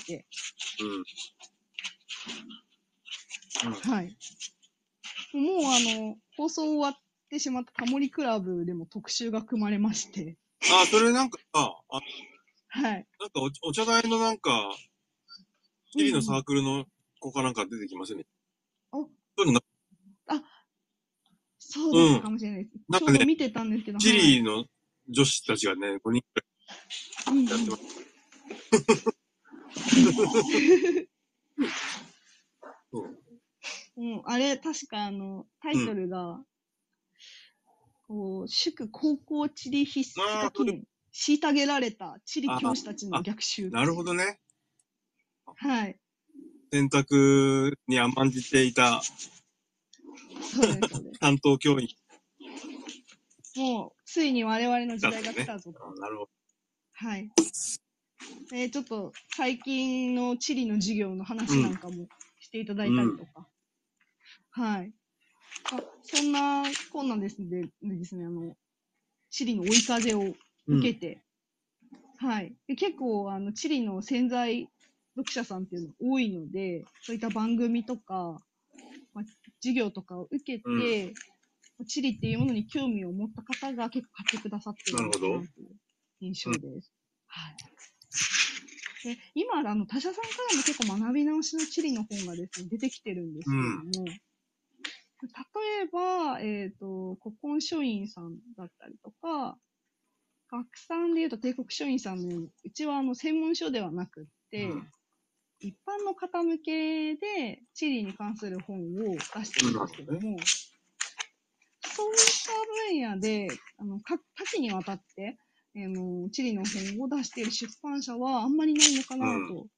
うんうん、はい。もうあの、放送終わってしまったタモリクラブでも特集が組まれまして。 あ、それなんか、あ、 はい。 なんかお、お茶代のなんか、チリのサークルの子かなんか出てきませんね。 うん、 あ、そういうのあ、そうだったかもしれないです。うん、なんかね、ちょうど見てたんですけど、 チリの女子たちがね、ごにんくらいやってます。 うん、あれ、確かあの、タイトルが、うん、こう、祝高校地理必須化記念、虐げられた地理教師たちの逆襲。 なるほどね。 はい。 選択に甘んじていた、 そうです、そうです。 担当教員。 もう、ついに我々の時代が来たぞと。 ね、なるほど。 はい。えー、ちょっと、最近の地理の授業の話なんかもしていただいたりとか。うん、はい。あ、そんなこんなんですね、ですね、あの、地理の追い風を受けて、うん、はい。で結構、あの、地理の潜在読者さんっていうの多いので、そういった番組とか、まあ、授業とかを受けて、うん、地理っていうものに興味を持った方が結構買ってくださってるのかなという印象です。うん、はい。で今、あの、他社さんからも結構学び直しの地理の本がですね、出てきてるんですけれども、うん、例えば、えっと、古今書院さんだったりとか、学さんでいうと帝国書院さんのように、うちはあの専門書ではなくって、うん、一般の方向けで地理に関する本を出してるんですけども、うん、そういった分野で、あの、多岐にわたって、あの、地理の本を出している出版社はあんまりないのかなと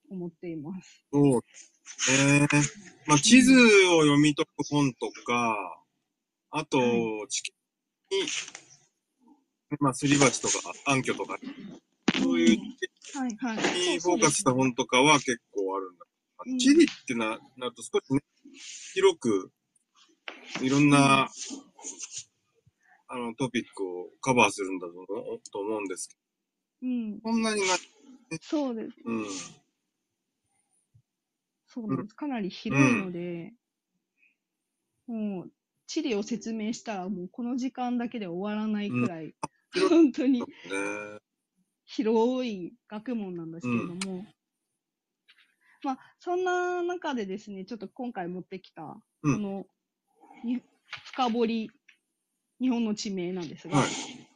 思っています。 そう。えー、まあ、地図を読み解く本とか、あと、はい、地球に、まあ、すり鉢とか、暗渠とか、そういう、 はいはい。 にフォーカスした本とかは結構あるんだ。うん、地理ってな、なると少しね、広く、いろんな、うん、あの、トピックをカバーするんだと思う、と思うんですけど。うん。そんなにな、 ね、そうです。 うん。 そうなんです。かなり広いので、うん、もう、地理を説明したらもうこの時間だけで終わらないくらい、うん、本当に広い学問なんですけれども、うん、まあ、そんな中でですね、ちょっと今回持ってきた、この、うん、深掘り、日本の地名なんですが、はい、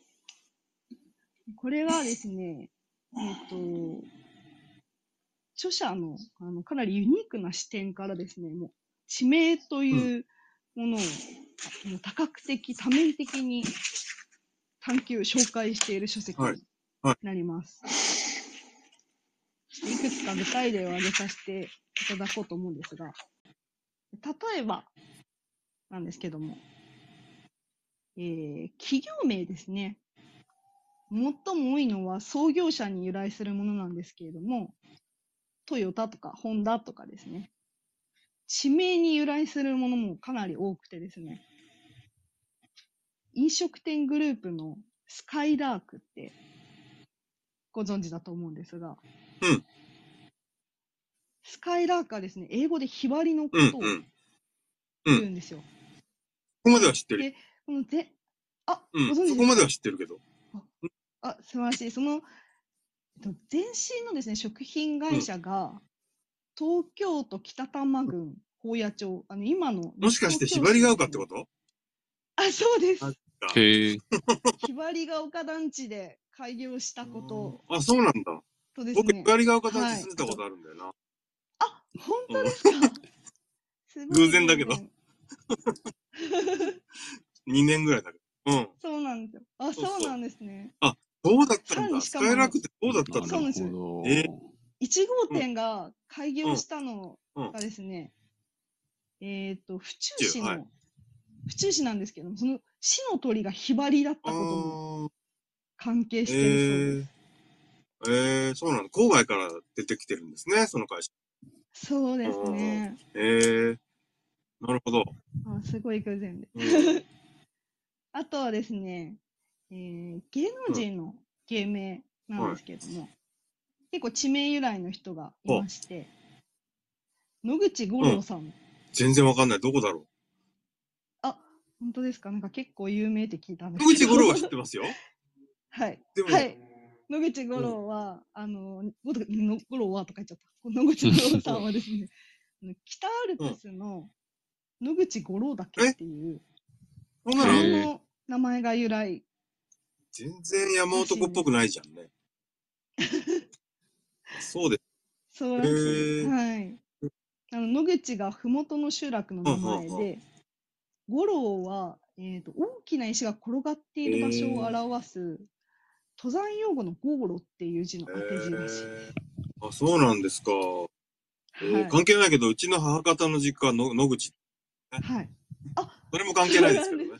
これがですね、えっと、著者のあのかなりユニークな視点からですね、もう地名というものを、うん、もう多角的、多面的に探求、紹介している書籍になります。はいはい、いくつか具体例を挙げさせていただこうと思うんですが、例えばなんですけども、えー、企業名ですね。最も多いのは創業者に由来するものなんですけれども、トヨタとかホンダとかですね。地名に由来するものもかなり多くてですね。飲食店グループのスカイラークってご存知だと思うんですが、 うん、 スカイラークはですね、英語でひばりのことを言うんですよ。 そこまでは知ってる。 で、このぜあ、 うん、 ご存知ですか？ そこまでは知ってるけど。 あ、あ素晴らしい。その、前身のですね、食品会社が、うん、東京都北多摩郡宝谷町、あの今のもしかしてひばりが丘ってこと？ あ、そうです。 へえ。 ひばりが丘団地で開業したことあ、そうなんだ。 とですね。 僕、ひばりが丘団地住んでたことあるんだよな。はい、 あ、本当ですか？すごい偶然だけど。にねんぐらいだけど。うん。 そうなんですよ。あ、そうなんですね。 あ、そうだったんだ。スカイラークってそうだったんだ。 そうなんですよ。えー、いち号店が開業したのがですね、うんうん、えっ、ー、と、府中市の、はい、府中市なんですけども、その市の鳥がひばりだったことも関係してるそうです。 えー、えー、そうなんだ。郊外から出てきてるんですね、その会社。 そうですね。 えー、なるほど。 あ、すごい偶然で。うん、あとはですね、えー、芸能人の芸名なんですけれども、はい、結構地名由来の人がいまして、野口五郎さん、うん。 全然わかんない。どこだろう。 あ、本当ですか？なんか結構有名って聞いたんですけど。野口五郎は知ってますよ。 はい。でも、はい。野口五郎は、うん、あの、五郎はとか言っちゃった。野口五郎さんはですね、北アルプスの野口五郎岳っていう、山の名前が由来。 全然山男っぽくないじゃんね。そうです。 そうらしいです。はい。あの野口が麓の集落の名前で、五郎は、えーと、大きな石が転がっている場所を表す、登山用語のゴーロっていう字の当て字らしいです。 あ、そうなんですか。えーはい、関係ないけど、うちの母方の実家はの野口、 ね。はい。 あ、それも関係ないですけどね。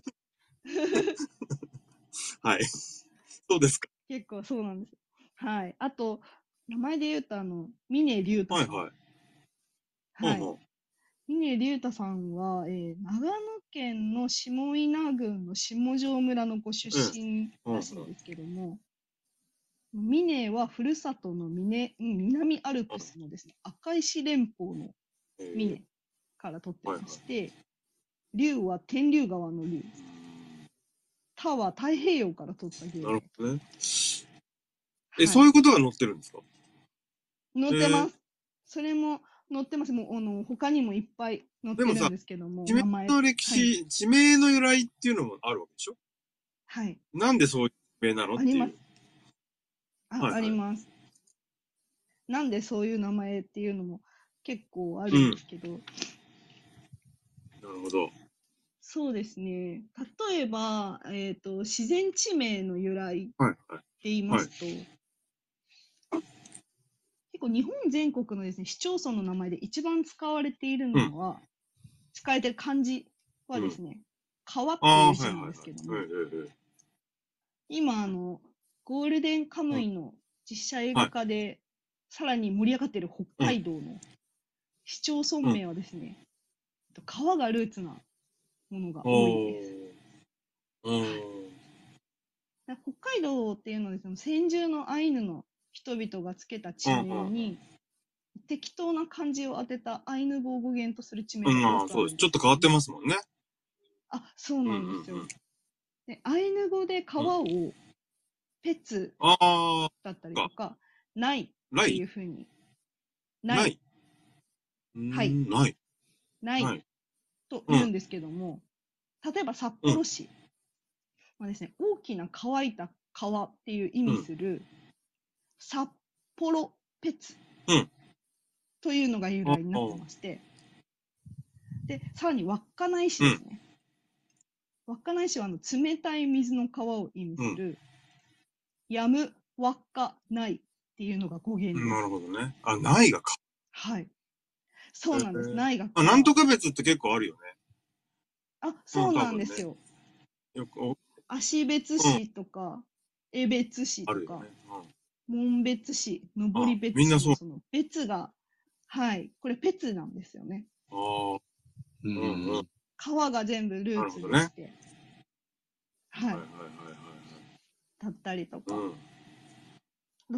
はい。そうですか。 結構そうなんです。はい。あと、名前で言うと、あの、峰竜太さん。はいはい。はい。峰竜太さんは、えー、長野県の下伊那郡の下條村のご出身らしいんですけども、うん、峰はふるさとの峰、南アルプスのですね、赤石連峰の峰から取ってまして、竜は天竜川の竜。他は太平洋から取った芸名。 なるほどね。え、はい、そういうことが載ってるんですか？ 載ってます。それも載ってます。もう、あの、他にもいっぱい載ってるんですけども。 地名の歴史、はい、地名の由来っていうのもあるわけでしょ？ はい。 なんでそういう地名なのっていう。あります。 あ、はいはい、あります。なんでそういう名前っていうのも結構あるんですけど。うん、 なるほど。 そうですね。例えば、えっと、自然地名の由来って言いますと、はいはいはい、 結構日本全国のですね、市町村の名前で一番使われているのは、うん、使われている漢字はですね、うん、川っていう字なんですけども、今、あの、ゴールデンカムイの実写映画化で、はい、さらに盛り上がっている北海道の市町村名はですね、うん、川がルーツなものが多いです。はい、北海道っていうのはですね、先住のアイヌの人々がつけた地名に、うん、適当な漢字を当てたアイヌ語を語源とする地名が多くあるんです、ね。うん、 そうです。ちょっと変わってますもんね。 あ、そうなんですよ。うんうんうん、でアイヌ語で川を、うんペツだったりとか、ないっていうふうに。 ない。 はい。 ない。 ないと言うんですけども、うん、例えば札幌市はですね、うん、大きな乾いた川っていう意味する、うん、札幌ペツというのが由来になってまして、で、さらに稚内市ですね。うん、稚内市はあの冷たい水の川を意味する、うんやむ、わっか、ないっていうのが語源です。 なるほどね。あ、ないがか。 はい。そうなんです。ないがか。 あ、なんとか別って結構あるよね。 あ、そうなんですよ。 うん、ね、よく芦別市とか、江別市とか、ねうん、門別市、登別市のその別が、はい、これペツなんですよね。ああ。うんうん。川が全部ルーツでして。ね、はい。はいはいはいはい。だったりとか。うん、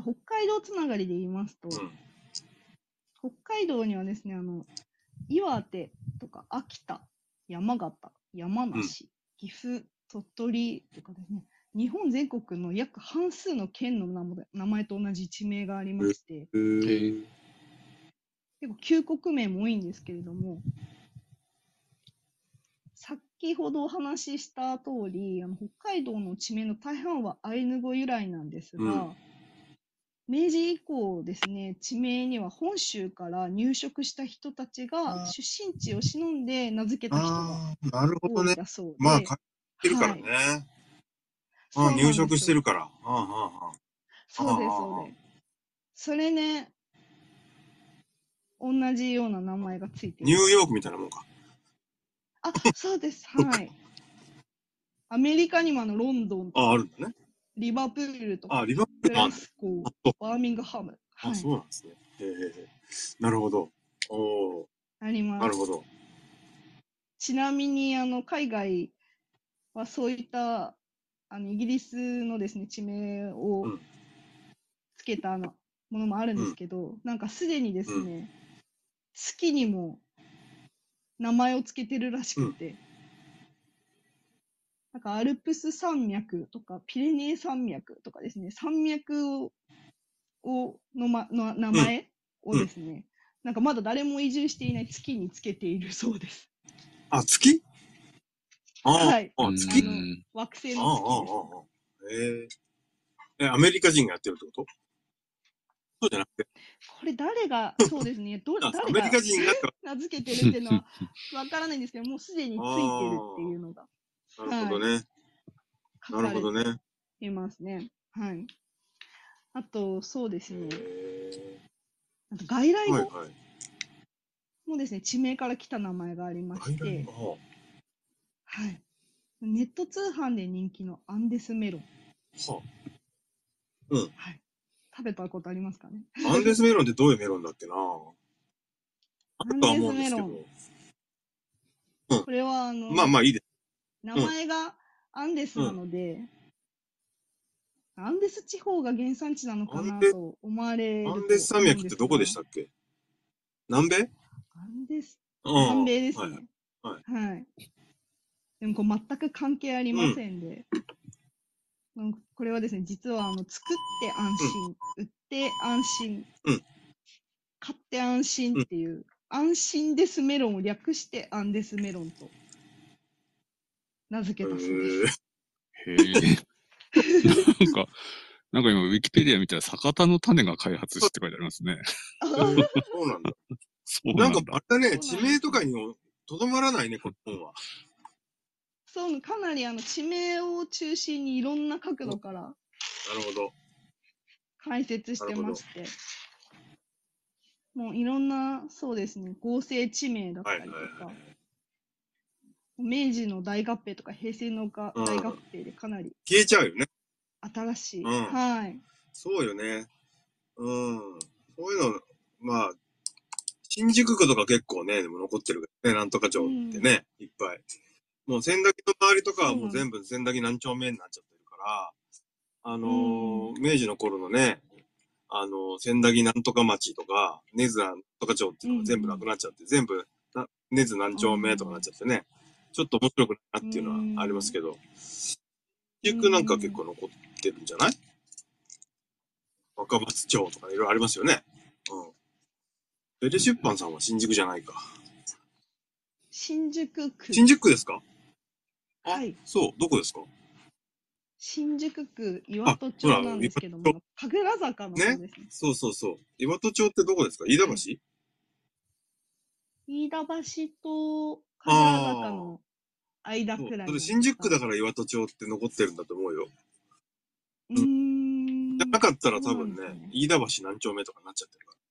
北海道つながりで言いますと、うん、北海道にはですね、あの、岩手とか秋田、山形、山梨、うん、岐阜、鳥取とかですね、日本全国の約半数の県の名前と同じ地名がありまして、結構旧国名も多いんですけれども、先ほどお話しした通り、あの北海道の地名の大半はアイヌ語由来なんですが、うん、明治以降ですね、地名には本州から入植した人たちが出身地を忍んで名付けた人が多いだそうで。 まあ、書いてるからね。はいああ入植してるから。ああああそうです、そうです。それね、同じような名前がついてる。 ニューヨークみたいなもんか。 あ、そうです、はい。アメリカにもあのロンドンとか、あ、あるんだね。 リバプールとか、 あ、リバプールグラスゴー、バーミングハム。 はい、あ、そうなんですね。へえ。なるほど。おあります。 なるほど。 ちなみに、あの、海外はそういった、あの、イギリスのですね、地名をつけたのものもあるんですけど、うん、なんかすでにですね、うん、月にも名前をつけてるらしくて、うん、なんかアルプス山脈とかピレネー山脈とかですね、山脈ををの、ま、の名前をですね、うん、なんかまだ誰も移住していない月につけているそうです。 あ、月あはい。 あ、月あの惑星の月です。 へえ。え、アメリカ人がやってるってことそうじゃなくて。 これ誰が、そうですね、ど誰がアメリカ人が名付けてるっていうのはわからないんですけど、もうすでについてるっていうのが。 なるほどね。 はい、なるほどね。いますね。はい。あと、そうですね。あと外来語、はいはい、もですね、地名から来た名前がありまして、はい。ネット通販で人気のアンデスメロン。はあ、うん。はい。食べたことありますかね。 アンデスメロンってどういうメロンだっけなアンデスメロン。うん、これはあの、 まあまあいいです。 名前がアンデスなので、うん、アンデス地方が原産地なのかなと思われると思うんですが。 アンデス山脈ってどこでしたっけ？南米？アンデス、南米ですね。はい。はい、でもこう全く関係ありませんで、うん、これはですね、実はあの作って安心、うん、売って安心、うん、買って安心っていう、うん、安心ですメロンを略してアンデスメロンと名付けたそうです。 へえ。なんか、なんか今、ウィキペディア見たら、酒田の種が開発しって書いてありますね。 そうなんだ。 そうなんだ。 なんか、あれだね、地名とかにもとどまらないね、この本は。 そう、かなりあの地名を中心にいろんな角度から、 なるほど。 解説してまして。 もういろんな、そうですね、合成地名だったりとか、はいはいはい、明治の大合併とか平成のが、うん、大合併でかなり消えちゃうよね。 新しい、 うん、 はい。 そうよね。うん。そういうの、まあ、新宿区とか結構ね、でも残ってるね、なんとか町ってね、うん、いっぱい。もう千駄木の周りとかはもう全部千駄木何丁目になっちゃってるから、あのーうん、明治の頃のね、あのー、千駄木なんとか町とか、根津なんとか町っていうのが全部なくなっちゃって、うん、全部、根津何丁目とかなっちゃってね、ちょっと面白くないなっていうのはありますけど、新宿なんか結構残ってるんじゃない？若松町とかいろいろありますよね。うん。ベレ出版さんは新宿じゃないか。 新宿区。 新宿区ですか？ はい。 そう、どこですか？ 新宿区岩戸町なんですけども、神楽坂の方ですね。ね、 そうそうそう。岩戸町ってどこですか？飯田橋？はい、 飯田橋と神楽坂の間くらい。 それ新宿区だから岩戸町って残ってるんだと思うよ。 うーん。 じゃなかったら多分ね、ね飯田橋何丁目とかになっちゃってるから。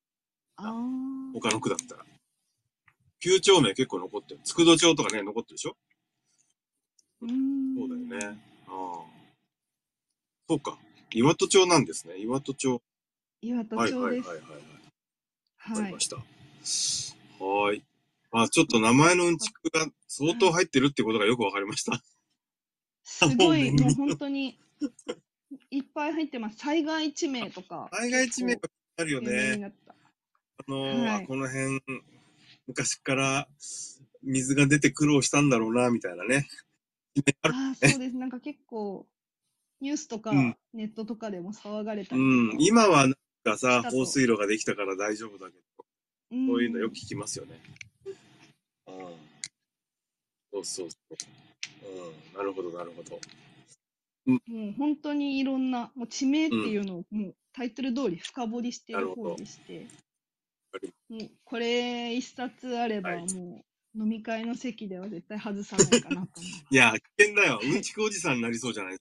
ああ。 他の区だったら。旧町名結構残ってる。佃町とかね、残ってるでしょ？ うーん。 そうだよね。ああ。そうか。岩戸町なんですね。岩戸町。 岩戸町です。はいはいはいはい。 わかりました。はい。まあちょっと名前のうんちくが相当入ってるってことがよくわかりました。 すごい、もう本当にいっぱい入ってます。災害地名とか。 災害地名があるよね。あのーはい、この辺、昔から水が出て苦労したんだろうな、みたいなね。 ああ、そうです。なんか結構、ニュースとか、うん、ネットとかでも騒がれたりとか。うん、 今はなんかさ、放水路ができたから大丈夫だけど、そういうのよく聞きますよね。うん。そうそうそう。うん、なるほど、なるほど。 うん、もう本当にいろんな、もう地名っていうのを、もうタイトル通り深掘りしている方でして、もうこれ一冊あれば、もう飲み会の席では絶対外さないかなと思う。 いや、危険だよ。うんちくおじさんになりそうじゃない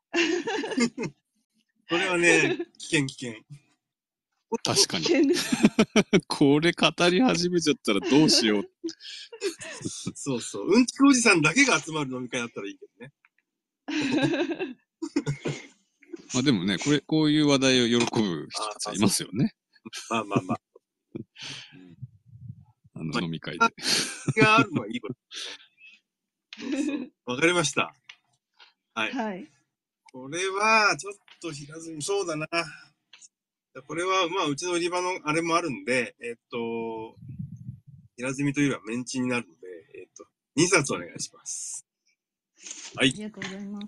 これはね、危険危険。 確かに。これ語り始めちゃったらどうしよう。 そうそう。うんちくおじさんだけが集まる飲み会だったらいいけどね。 まあでもね、これ、こういう話題を喜ぶ人たちはいますよね。 まあまあまあ。 あの飲み会で。 があるのはいいことですね。わかりました。はい。 はい。 これは、ちょっと平積み、そうだな。これは、まあ、うちの売り場のあれもあるんで、えっと、平積みというよりはメンチになるので、えっと、にさつお願いします。はい。 ありがとうございます。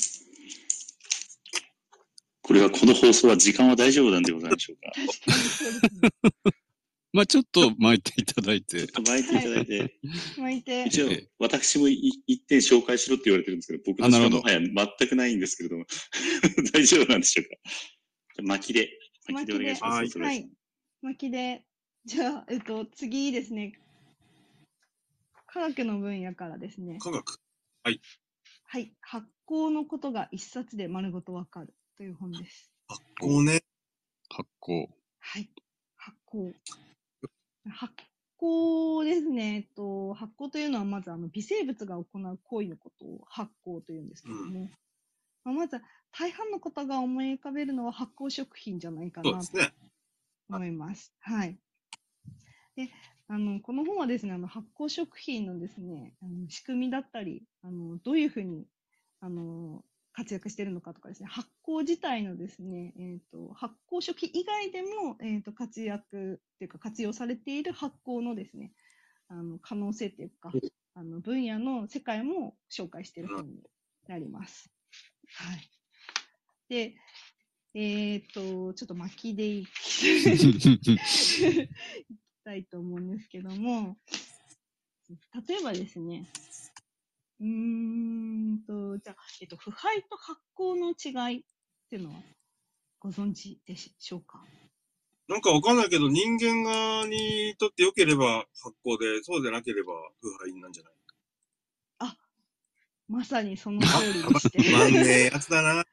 これは、この放送は時間は大丈夫なんでございましょうか。 確かにそうですね。 まあちょっと巻いていただいて。 ちょっと巻いていただいて。はい、 巻いて。 一応、私も一点紹介しろって言われてるんですけど、僕の時間もはや全くないんですけれども、大丈夫なんでしょうか。巻きで、巻きでお願いします。 はい。巻きで。じゃあ、えっと、次ですね。科学の分野からですね。 科学。はい。 はい。発酵のことが一冊で丸ごとわかるという本です。 発酵ね。 発酵。 はい。発酵。発酵ですね。えっと、発酵というのはまずあの微生物が行う行為のことを発酵というんですけども、うんまあ、まず大半の方が思い浮かべるのは発酵食品じゃないかなと思います。すね、はい。で、あのこの本はですね、あの発酵食品のですね、あの仕組みだったり、あのどういうふうにあの活躍しているのかとかですね、発酵自体のですね、えーと、発酵食品以外でも、えーと、活躍っていうか活用されている発酵のですね、あの可能性っていうか、あの分野の世界も紹介している本になります。はい。で、えっと、ちょっと巻きでいきたいと思うんですけども、例えばですね、うーんと、じゃあ、えっと、腐敗と発酵の違いっていうのはご存知でしょうか？ なんかわかんないけど、人間側にとって良ければ発酵で、そうでなければ腐敗なんじゃない？ あ、まさにその通りでして。 まんねえやつだな。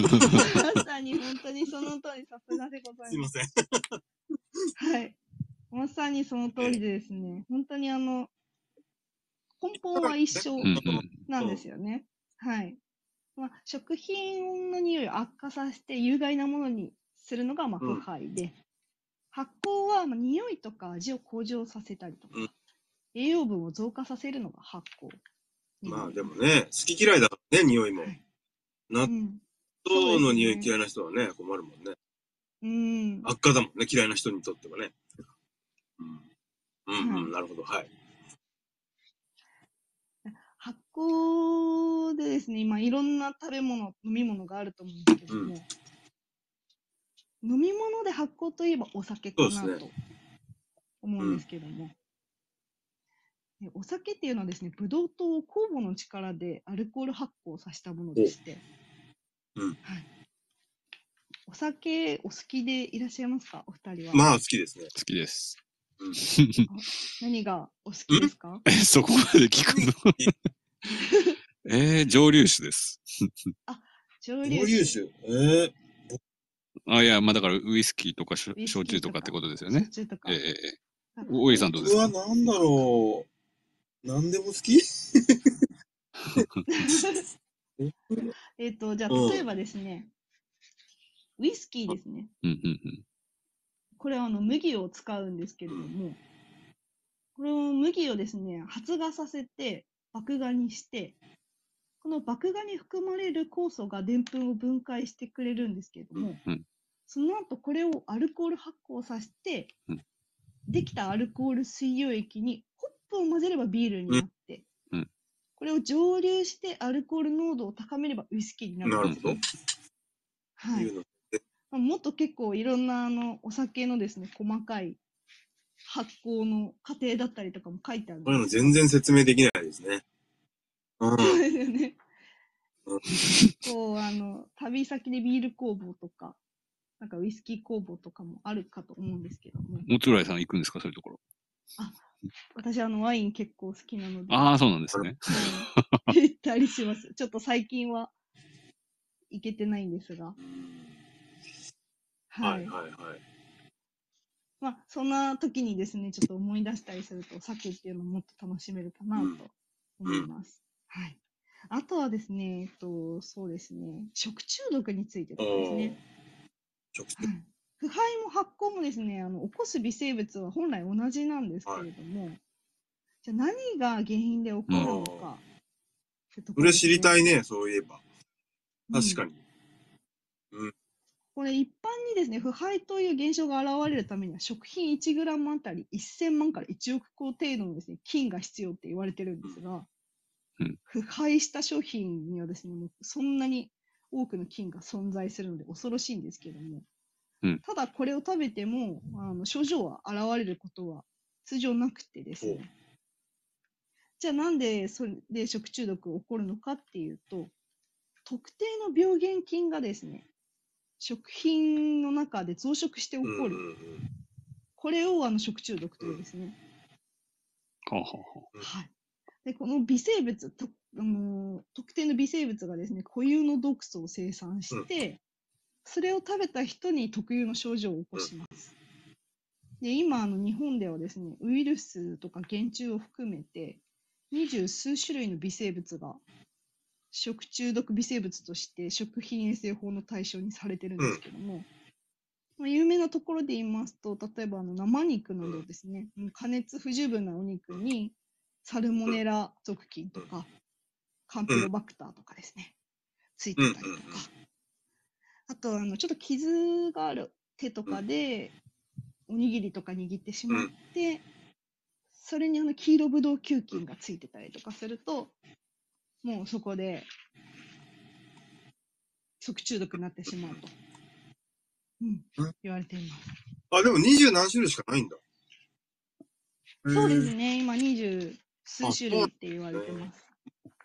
まさに本当にその通り、さすがでございます。 すいません。 はい。 まさにその通りでですね、本当にあの、根本は一緒なんですよね。はい。まあ、食品の匂いを悪化させて有害なものにするのがまあ腐敗で、うん、発酵はまあ匂いとか味を向上させたりとか、うん、栄養分を増加させるのが発酵。 まあでもね、好き嫌いだからね、匂いも。はい、納豆の匂い嫌いな人はね、困るもんね。うん。悪化だもんね、嫌いな人にとってはね。うん。うん、うん、はい、なるほど、はい。 発酵でですね、今いろんな食べ物、飲み物があると思うんですけども、うん、飲み物で発酵といえばお酒かなと思うんですけども、うん、お酒っていうのはですね、ブドウ糖を酵母の力でアルコール発酵させたものでして、うん、はい。お酒お好きでいらっしゃいますか、お二人は。 まあ好きですね。 好きです。 うん、何がお好きですか？ え、そこまで聞くのえー、蒸留酒です。 あ、蒸留酒。 えー、 あ、いや、まあだからウイスキーとか焼酎とかってことですよね。 焼酎とか。 ええー。大井さんどうですか？ 僕はなんだろう。なんでも好きえっと、じゃあ、例えばですね、うん、ウイスキーですね。うんうんうん、これはあの麦を使うんですけれども、この麦をですね、発芽させて、麦芽にして、この麦芽に含まれる酵素がでんぷんを分解してくれるんですけれども、うん、その後これをアルコール発酵させて、うん、できたアルコール水溶液にホップを混ぜればビールになって、うん、これを蒸留してアルコール濃度を高めればウイスキーになるんです。なるほど。はい。もっと結構いろんなあのお酒のですね、細かい発酵の過程だったりとかも書いてあるんです。 これも全然説明できないですね。 うん、そうですよね。こう、あの、旅先でビール工房とか、なんかウイスキー工房とかもあるかと思うんですけども。 もつらいさん行くんですか、そういうところ。 あ、私あの、ワイン結構好きなので。 ああ、そうなんですね。 はい。行ったりします。ちょっと最近は行けてないんですが。 はい、はい、はい。 まあ、そんな時にですね、ちょっと思い出したりすると、お酒っていうのをもっと楽しめるかなと思います。うん、はい。あとはですね、えっと、そうですね、食中毒についてとかですね。食中毒。はい、腐敗も発酵もですね、あの起こす微生物は本来同じなんですけれども、はい、じゃあ何が原因で起こるのか、 うん。これ知りたいね、そういえば。確かに。 うん。うん、これ一般にですね、腐敗という現象が現れるためには、食品いちグラムあたりせんまんからいちおく個程度のですね、菌が必要って言われてるんですが、うん、腐敗した商品にはですね、もうそんなに多くの菌が存在するので恐ろしいんですけども、うん、ただこれを食べてもあの症状は現れることは通常なくてですね、じゃあなんでそれで食中毒が起こるのかっていうと、特定の病原菌がですね、食品の中で増殖して起こる、うんうんうん、これをあの食中毒というですね、うん、はい、でこの微生物と、あのー、特定の微生物がですね、固有の毒素を生産して、うん、それを食べた人に特有の症状を起こします。で今あの日本ではですね、ウイルスとか原虫を含めて二十数種類の微生物が食中毒微生物として食品衛生法の対象にされてるんですけども、うん、まあ、有名なところで言いますと、例えばあの生肉などですね、うん、加熱不十分なお肉にサルモネラ属菌とかカンピロバクターとかですね、ついてたりとか、あとあのちょっと傷がある手とかでおにぎりとか握ってしまって、それにあの黄色ブドウ球菌がついてたりとかすると、もうそこで食中毒になってしまうと、うん、言われています。 あ、でも二十何種類しかないんだ。 そうですね、今二十数種類って言われてます。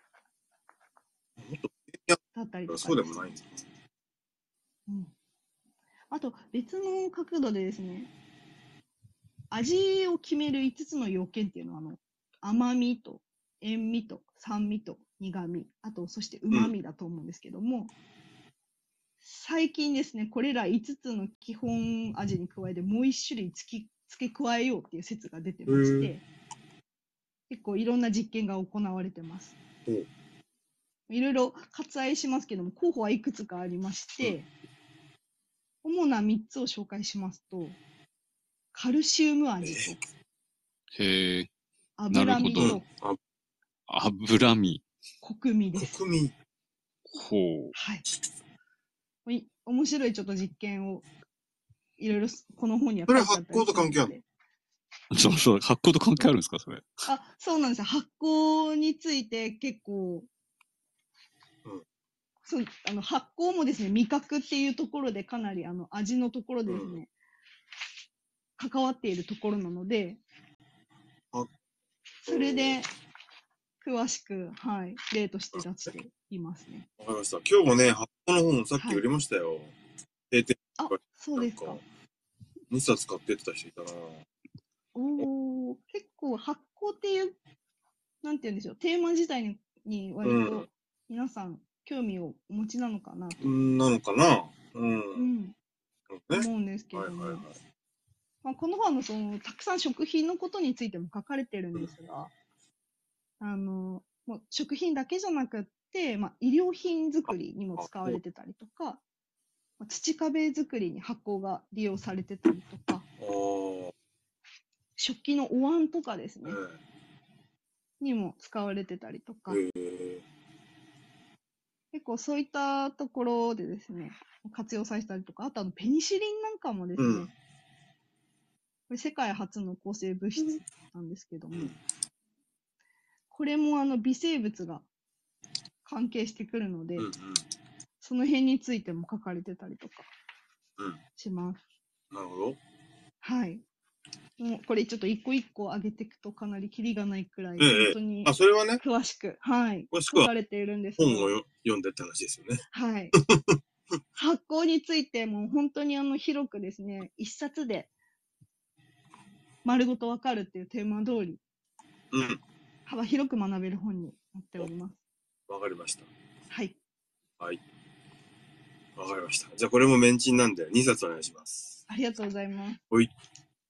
だったりとか、ね、 そうでもないんですか。 うん。あと別の角度でですね、味を決めるいつつの要件っていうのは、あの甘みと塩味と酸味と苦味、あとそして旨味だと思うんですけども、うん、最近ですね、これらいつつの基本味に加えてもう一種類付き付け加えようっていう説が出てまして、結構いろんな実験が行われてます。いろいろ割愛しますけども、候補はいくつかありまして、主なみっつを紹介しますと、カルシウム味と、 へえ。 脂身と、 脂身。 コクミです。 コクミ。 ほう。 はい。面白いちょっと実験を、いろいろこの本には書いてあったりするので。 それ発酵と関係あるの？そうそう、発酵と関係あるんですか、それ。 あ、そうなんですよ。発酵について結構、うん、そうあの発酵もですね、味覚っていうところでかなりあの味のところでですね、うん、関わっているところなので、それで詳しく、はい、例として出していますね。 わかりました。今日もね、発酵の本さっき売りましたよ。閉店。 あ、そうですか。 にさつ買ってってた人いたな。 おー、結構発酵っていう、なんて言うんでしょう、テーマ自体にに割と皆さん興味をお持ちなのかなと。 うん、なのかな。うん。 うん。思うんですけども。はいはいはい、まあ、この本のそのたくさん食品のことについても書かれてるんですが、うん、あのもう食品だけじゃなくって、まあ、医療品作りにも使われてたりとか、まあ、土壁作りに発酵が利用されてたりとか、食器のお椀とかですね、にも使われてたりとか、結構そういったところでですね、活用されたりとか、あとあのペニシリンなんかもですね、うん、これ世界初の抗生物質なんですけども、うん、これもあの微生物が関係してくるので、うんうん、その辺についても書かれてたりとかします。 うん、なるほど。 はい。もうこれちょっと一個一個上げていくとかなりキリがないくらい、本当にあ、それはね、 詳しく、はい、書かれているんですが。本を読んでって話ですよね。 はい。発酵についても本当にあの広くですね、一冊で丸ごとわかるっていうテーマ通り、うん、幅広く学べる本になっております。 わかりました。 はい。 はい。わかりました。じゃあこれもメンチンなんでにさつお願いします。 ありがとうございます。 はい。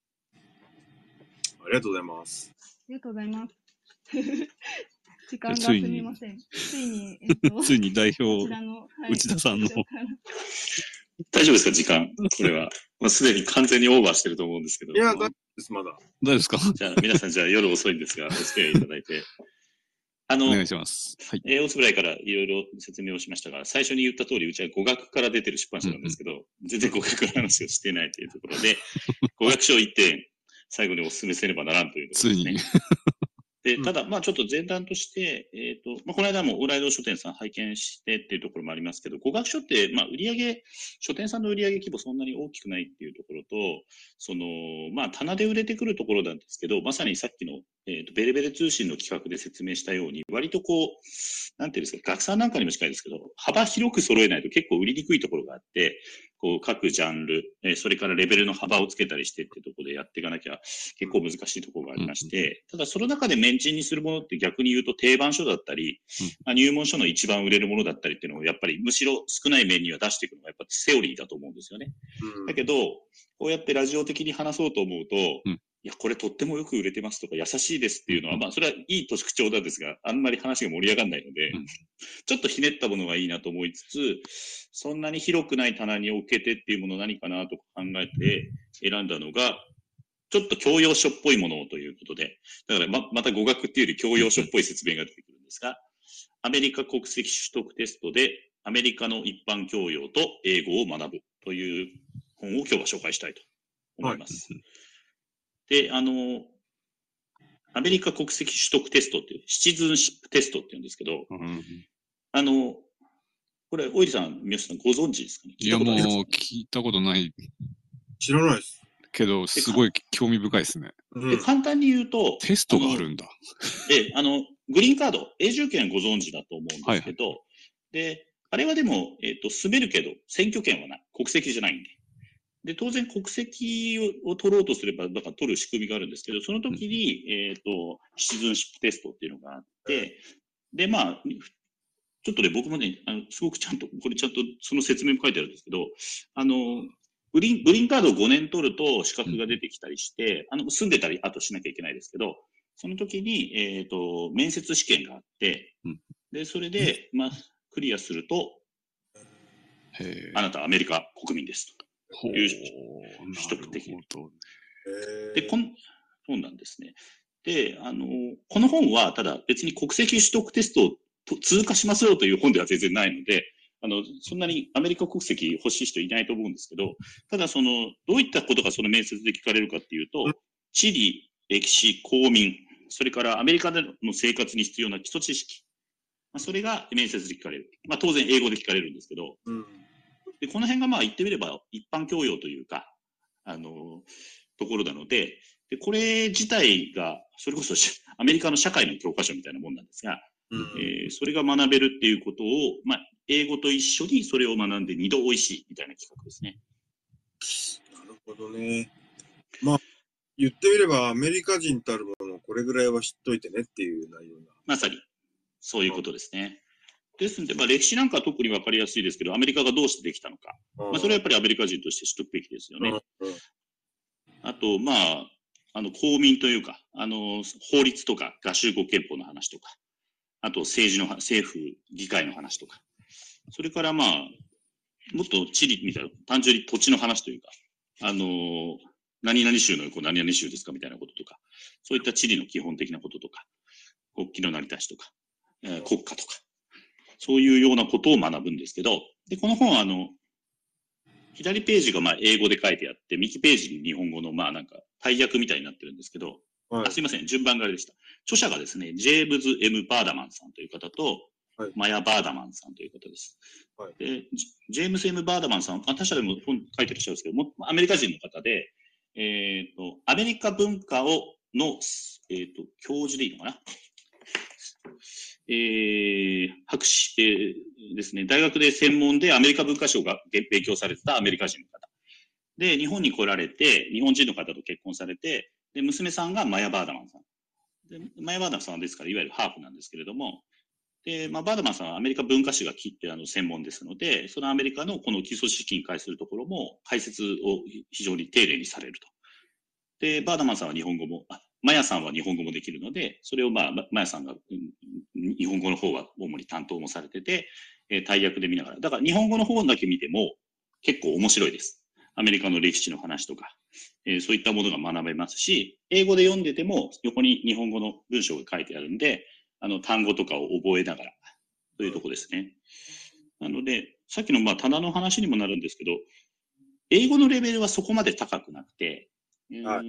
ありがとうございます。 ありがとうございます。時間がすみません。ついに、えっと、 ついに代表、はい、内田さんの。 大丈夫ですか、時間。これは。まあ、すでに完全にオーバーしてると思うんですけど。 いや、大丈夫です、まだ。 大丈夫ですか？ じゃあ、皆さん、じゃあ夜遅いんですが、お付き合いいただいて。あの、 お願いします。 はい。えー、大つぶらいからいろいろ説明をしましたが、最初に言った通り、うちは語学から出てる出版社なんですけど、うんうん、全然語学の話をしていないというところで、語学書いってん、最後にお勧めせねばならんというところですね。ついに。で、ただ、まあちょっと前段として、えっ、ー、と、まあこの間もオーライド書店さん拝見してっていうところもありますけど、語学書って、まあ売上、書店さんの売上規模そんなに大きくないっていうところと、その、まあ棚で売れてくるところなんですけど、まさにさっきの、えっ、ー、と、ベレベレ通信の企画で説明したように、割とこう、なんていうんですか、学さんなんかにも近いですけど、幅広く揃えないと結構売りにくいところがあって、こう各ジャンル、えー、それからレベルの幅をつけたりしてっていうところでやっていかなきゃ結構難しいところがありまして、ただその中でメンチンにするものって逆に言うと定番書だったり、まあ、入門書の一番売れるものだったりっていうのをやっぱりむしろ少ない面には出していくのがやっぱセオリーだと思うんですよね。だけど、こうやってラジオ的に話そうと思うと、いや、これとってもよく売れてますとか優しいですっていうのは、まあそれはいい特徴なんですが、あんまり話が盛り上がらないので、ちょっとひねったものがいいなと思いつつ、そんなに広くない棚に置けてっていうもの何かなと考えて選んだのが、ちょっと教養書っぽいものということで、だから ま, また語学っていうより教養書っぽい説明が出てくるんですが、アメリカ国籍取得テストでアメリカの一般教養と英語を学ぶという本を今日は紹介したいと思います。はい、で、あの、アメリカ国籍取得テストっていう、シチズンシップテストって言うんですけど、うん、あの、これ、大入さん、宮下さんご存知ですかね？ いや、もう聞いたことない。 知らないです。 けど、すごい興味深いですね。 で、簡単に言うと、 テストがあるんだ。 え、あの、グリーンカード、永住権ご存知だと思うんですけど、はいはい、で、あれはでも、えっと、住めるけど、選挙権はない。国籍じゃないんで。で、当然国籍を取ろうとすれば、だから取る仕組みがあるんですけど、その時に、うん、えっと、シチズンシップテストっていうのがあって、で、まあ、ちょっとね、僕もね、あの、すごくちゃんと、これちゃんとその説明も書いてあるんですけど、あの、 グリーン、グリーンカードをごねん取ると資格が出てきたりして、うん、あの、住んでたり、あとしなきゃいけないですけど、その時に、えっと、面接試験があって、うん、で、それで、まあ、クリアすると、あなたはアメリカ国民ですという取得できる。で、こん、そうなんですね。で、あの、この本は、ただ別に国籍取得テストを通過しますよという本では全然ないので、あの、そんなにアメリカ国籍欲しい人いないと思うんですけど、ただその、どういったことがその面接で聞かれるかっていうと、地理、歴史、公民、それからアメリカでの生活に必要な基礎知識。まあ、それが面接で聞かれる。まあ当然英語で聞かれるんですけど、うん、で、この辺がまあ言ってみれば一般教養というか、あの、ところなので、で、これ自体が、それこそアメリカの社会の教科書みたいなもんなんですが、うん、えー、それが学べるっていうことを、まあ、英語と一緒にそれを学んで二度美味しいみたいな企画ですね。 なるほどね。まあ、言ってみればアメリカ人たるものこれぐらいは知っといてねっていう内容が。 まさに、そういうことですね。ですので、まあ、歴史なんかは特に分かりやすいですけど、アメリカがどうしてできたのか。まあ、それはやっぱりアメリカ人として知っとくべきですよね。あと、まあ、あの、公民というか、あの、法律とか合衆国憲法の話とか、あと政治の、政府、議会の話とか、それからまあ、もっと地理みたいな、単純に土地の話というか、あの、何々州の横何々州ですかみたいなこととか、そういった地理の基本的なこととか、国旗の成り立ちとか、えー、国家とか、そういうようなことを学ぶんですけど、で、この本はあの、左ページがまあ英語で書いてあって、右ページに日本語のまあなんか大訳みたいになってるんですけど、はい、あすいません、順番があれでした。著者がですね、ジェームズ・エム・バーダマンさんという方と、はい、マヤ・バーダマンさんという方です。はい、で、ジェームズ・エム・バーダマンさん、他社でも本書いてらっしゃるんですけども、アメリカ人の方で、えっ、ー、と、アメリカ文化をの、えっ、ー、と、教授でいいのかなえー、博士、えー、ですね、大学で専門でアメリカ文化史を勉強されてたアメリカ人の方。で、日本に来られて、日本人の方と結婚されて、で、娘さんがマヤ・バーダマンさん。で、マヤ・バーダマンさんはですから、いわゆるハーフなんですけれども、で、まあ、バーダマンさんはアメリカ文化史がきってあの専門ですので、そのアメリカのこの基礎知識に関するところも解説を非常に丁寧にされると。で、バーダマンさんは日本語も、あマヤさんは日本語もできるので、それをまあ、マヤさんが、日本語の方は主に担当もされてて、えー、大役で見ながら。だから日本語の方だけ見ても結構面白いです。アメリカの歴史の話とか、えー、そういったものが学べますし、英語で読んでても横に日本語の文章が書いてあるんで、あの、単語とかを覚えながら、というとこですね。なので、さっきのまあ、棚の話にもなるんですけど、英語のレベルはそこまで高くなくて、はい、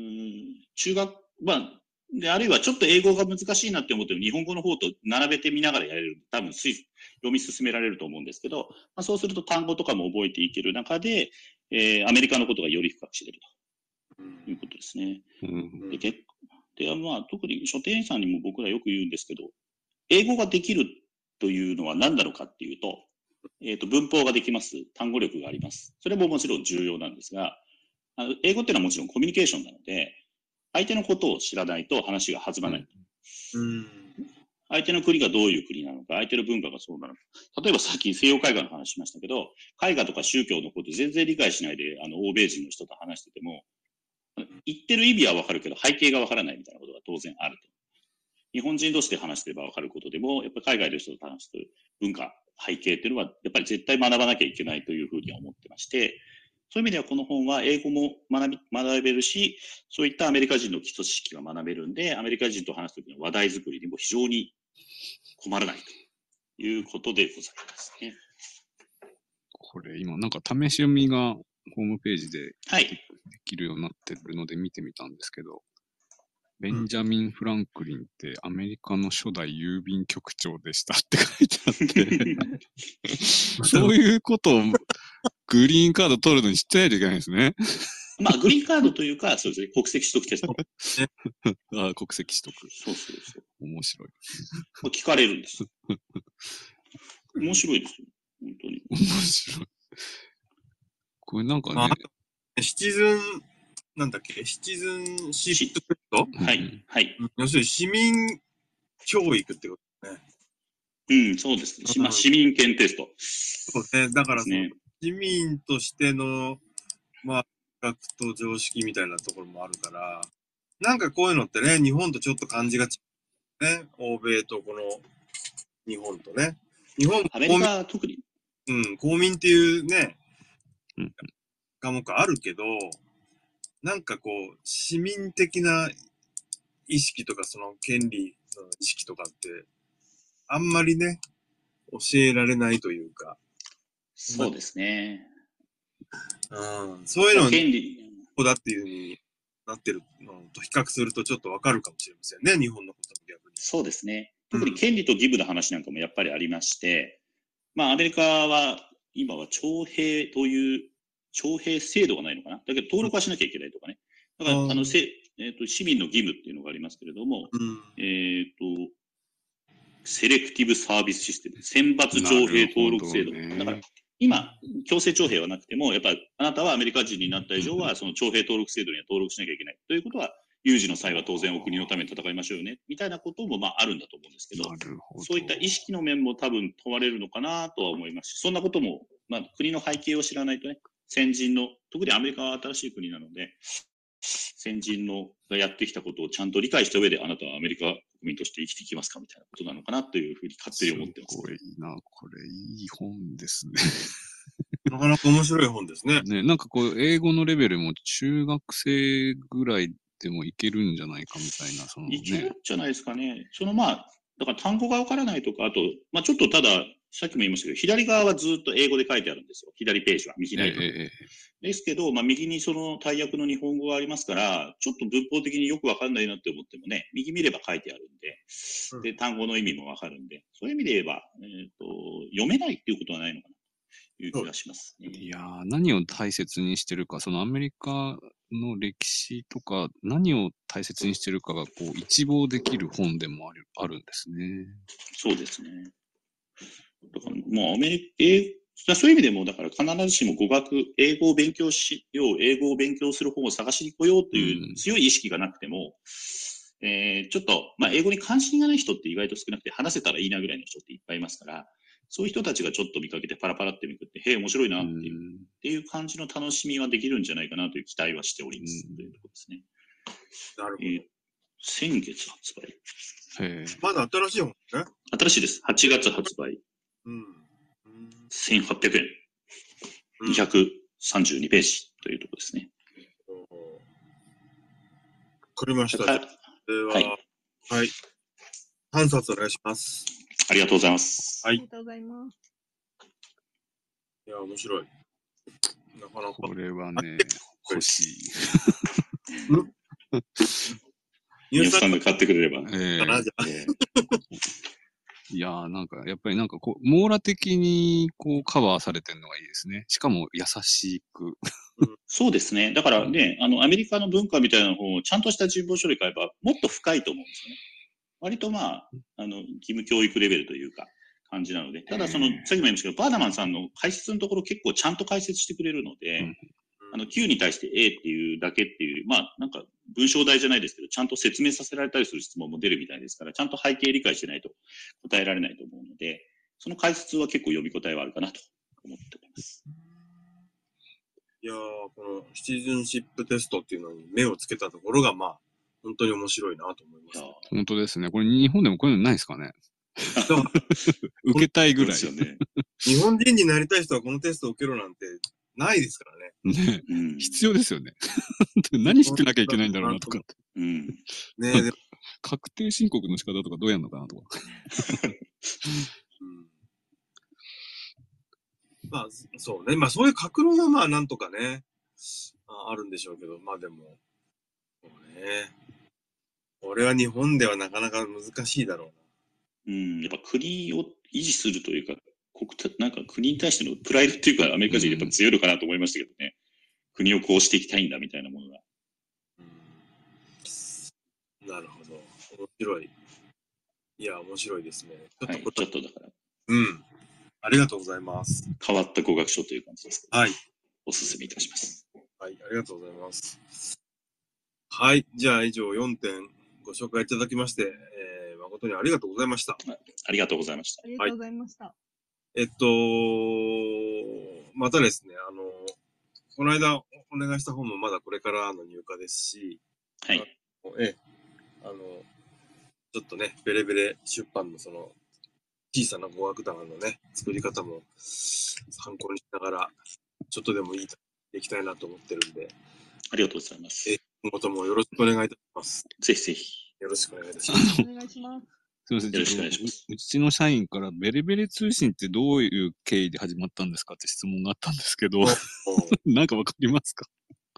中学、まあ、で、あるいはちょっと英語が難しいなって思っても日本語の方と並べてみながらやれる。多分読み進められると思うんですけど、まあ、そうすると単語とかも覚えていける中で、えー、アメリカのことがより深く知れるということですね。うん、で、結で、まあ、特に書店員さんにも僕らよく言うんですけど、英語ができるというのは何なのかっていうと、えっと、文法ができます。単語力があります。それももちろん重要なんですが、あの英語っていうのはもちろんコミュニケーションなので、相手のことを知らないと話が弾まない。うん、相手の国がどういう国なのか、相手の文化がそうなのか。例えばさっき西洋絵画の話しましたけど、絵画とか宗教のこと全然理解しないで、あの、欧米人の人と話してても、言ってる意味はわかるけど、背景がわからないみたいなことが当然あると。日本人同士で話してればわかることでも、やっぱり海外の人と話すと文化、背景っていうのは、やっぱり絶対学ばなきゃいけないというふうには思ってまして、そういう意味ではこの本は英語も学び、学べるし、そういったアメリカ人の基礎知識が学べるんで、アメリカ人と話すときの話題作りにも非常に困らないということでございますね。 これ今なんか試し読みがホームページでできるようになってるので見てみたんですけど、はい、ベンジャミン・フランクリンってアメリカの初代郵便局長でしたって書いてあってそういうことをグリーンカード取るのに知ってないといけないんですね。 まあ、グリーンカードというか、そうですね、国籍取得テスト。 ああ、国籍取得。 そうそうそう。 面白い。 聞かれるんです。面白いですよ。本当に。 面白い。これなんかね。 シチズン、なんだっけシチズンシップテストはい。はい。 要するに市民教育ってことね。 うん、そうですね。まあ、市民権テスト。 そうね。だから、ね、市民としてのまあ、学と常識みたいなところもあるから、なんかこういうのってね、日本とちょっと感じが違うね。欧米とこの日本とね。日本もアメリカは特に。 うん、公民っていうね、 うん、 科目あるけど、なんかこう、市民的な意識とか、その権利の意識とかって、あんまりね、教えられないというか。 そうですね。 うん、そういうの権利。 こうだっていうふうになってるのと比較するとちょっとわかるかもしれませんね、日本のことも逆に。 そうですね。特に権利と義務の話なんかもやっぱりありまして、うん、まあアメリカは今は徴兵という徴兵制度がないのかな。だけど登録はしなきゃいけないとかね。だから、あの、せえーと、市民の義務っていうのがありますけれども、うん、えっと、セレクティブサービスシステム、選抜徴兵登録制度。だから、今、強制徴兵はなくても、やっぱりあなたはアメリカ人になった以上は、その徴兵登録制度には登録しなきゃいけない。ということは、有事の際は当然お国のために戦いましょうよね、みたいなこともまああるんだと思うんですけど、どそういった意識の面も多分問われるのかなとは思いますし、そんなことも、まあ、国の背景を知らないとね、先人の、特にアメリカは新しい国なので、先人のがやってきたことをちゃんと理解した上で、あなたはアメリカ国民として生きていきますかみたいなことなのかなというふうに勝手に思ってます。 すごいな、これいい本ですね。 なかなか面白い本ですね。 ね、なんかこう、英語のレベルも中学生ぐらいでもいけるんじゃないかみたいな、そのね。 いけるんじゃないですかね。そのまあ、だから単語がわからないとか、あと、まあちょっとただ、さっきも言いましたけど、左側はずっと英語で書いてあるんですよ。左ページは、右左。ええ、ですけど、まあ右にその大役の日本語がありますから、ちょっと文法的によくわかんないなって思ってもね、右見れば書いてあるんで、で、単語の意味もわかるんで、そういう意味で言えば、えっと、読めないっていうことはないのかな。いう気がしますね。 いやー、何を大切にしてるか、そのアメリカの歴史とか、何を大切にしてるかが、こう、一望できる本でもあるあるんですね。 そうですね。だから、もうアメリカ、英そういう意味でも、だから必ずしも語学、英語を勉強しよう、英語を勉強する本を探しに来ようという強い意識がなくても、うん、えー、ちょっと、まあ、英語に関心がない人って意外と少なくて、話せたらいいなぐらいの人っていっぱいいますから、そういう人たちがちょっと見かけてパラパラってめくって、へえ、面白いなっていう、うん、っていう感じの楽しみはできるんじゃないかなという期待はしております。うん、というところですね。 なるほど。えー、 先月発売。 へまだ新しい本ね。 新しいです。はちがつ発売。うん。せんはっぴゃくえん。にひゃくさんじゅうにページというところですね。 わかりました。では、はい。はい。さんさつお願いします。 ありがとうございます。 はい。ありがとうございます。 いや、面白い。なかなか。 これはね、欲しい。 ニュースさんが買ってくれれば。 えー、いやー、なんか、やっぱりなんかこう、網羅的にこうカバーされてるのがいいですね。しかも優しく。 そうですね。だからね、あの、アメリカの文化みたいな本をちゃんとした人望書で買えば、もっと深いと思うんですよね。割とまあ、あの、義務教育レベルというか、感じなので。ただその、さっきも言いましたけど、バーダマンさんの解説のところ結構ちゃんと解説してくれるので、うん、あの、Q に対して A っていうだけっていう、まあ、なんか、文章題じゃないですけど、ちゃんと説明させられたりする質問も出るみたいですから、ちゃんと背景理解してないと答えられないと思うので、その解説は結構読み応えはあるかなと思っております。 いやー、このシチズンシップテストっていうのに目をつけたところが、まあ、本当に面白いなと思います。 本当ですね。これ日本でもこういうのないですかね。受けたいぐらい。 ね、日本人になりたい人はこのテストを受けろなんてないですからね。 ね、うん、必要ですよね。何知ってなきゃいけないんだろうなとか。うん、ねで確定申告の仕方とかどうやるのかなとか。 うん、まあ、そうね。まあ、そういう格論はまあ、なんとかね、あ、あるんでしょうけど、まあでも、そうね。俺は日本ではなかなか難しいだろうな。 うん、やっぱ国を維持するというか、国なんか国に対してのプライドっていうか、アメリカ人やっぱ強いのかなと思いましたけどね。うん、国をこうしていきたいんだみたいなものが。 うん、なるほど。面白い。いや、面白いですね。 ちょっと、はい、ちょっとだから。 うん。ありがとうございます。 変わった語学書という感じですけど。 はい。 おすすめいたします。 はい、ありがとうございます。はい。じゃあ、以上よんてんご紹介いただきまして、えー、誠にありがとうございました。 ありがとうございました。 ありがとうございました。はい、 えっと、またですね、あの、この間、 お願いした本もまだこれからの入荷ですし、 はい。 ええ、あの、ちょっとね、ベレベレ出版のその、小さな語学団のね、作り方も参考にしながら、ちょっとでもいいでいきたいなと思ってるんで。 ありがとうございます。 え、今後ともよろしくお願いいたします。 ぜひぜひ。 よろしくお願いいたします。 お願いします。 すみません、 よろしくお願いします。 うちの社員からベレベレ通信ってどういう経緯で始まったんですかって質問があったんですけど、なんかわかりますか？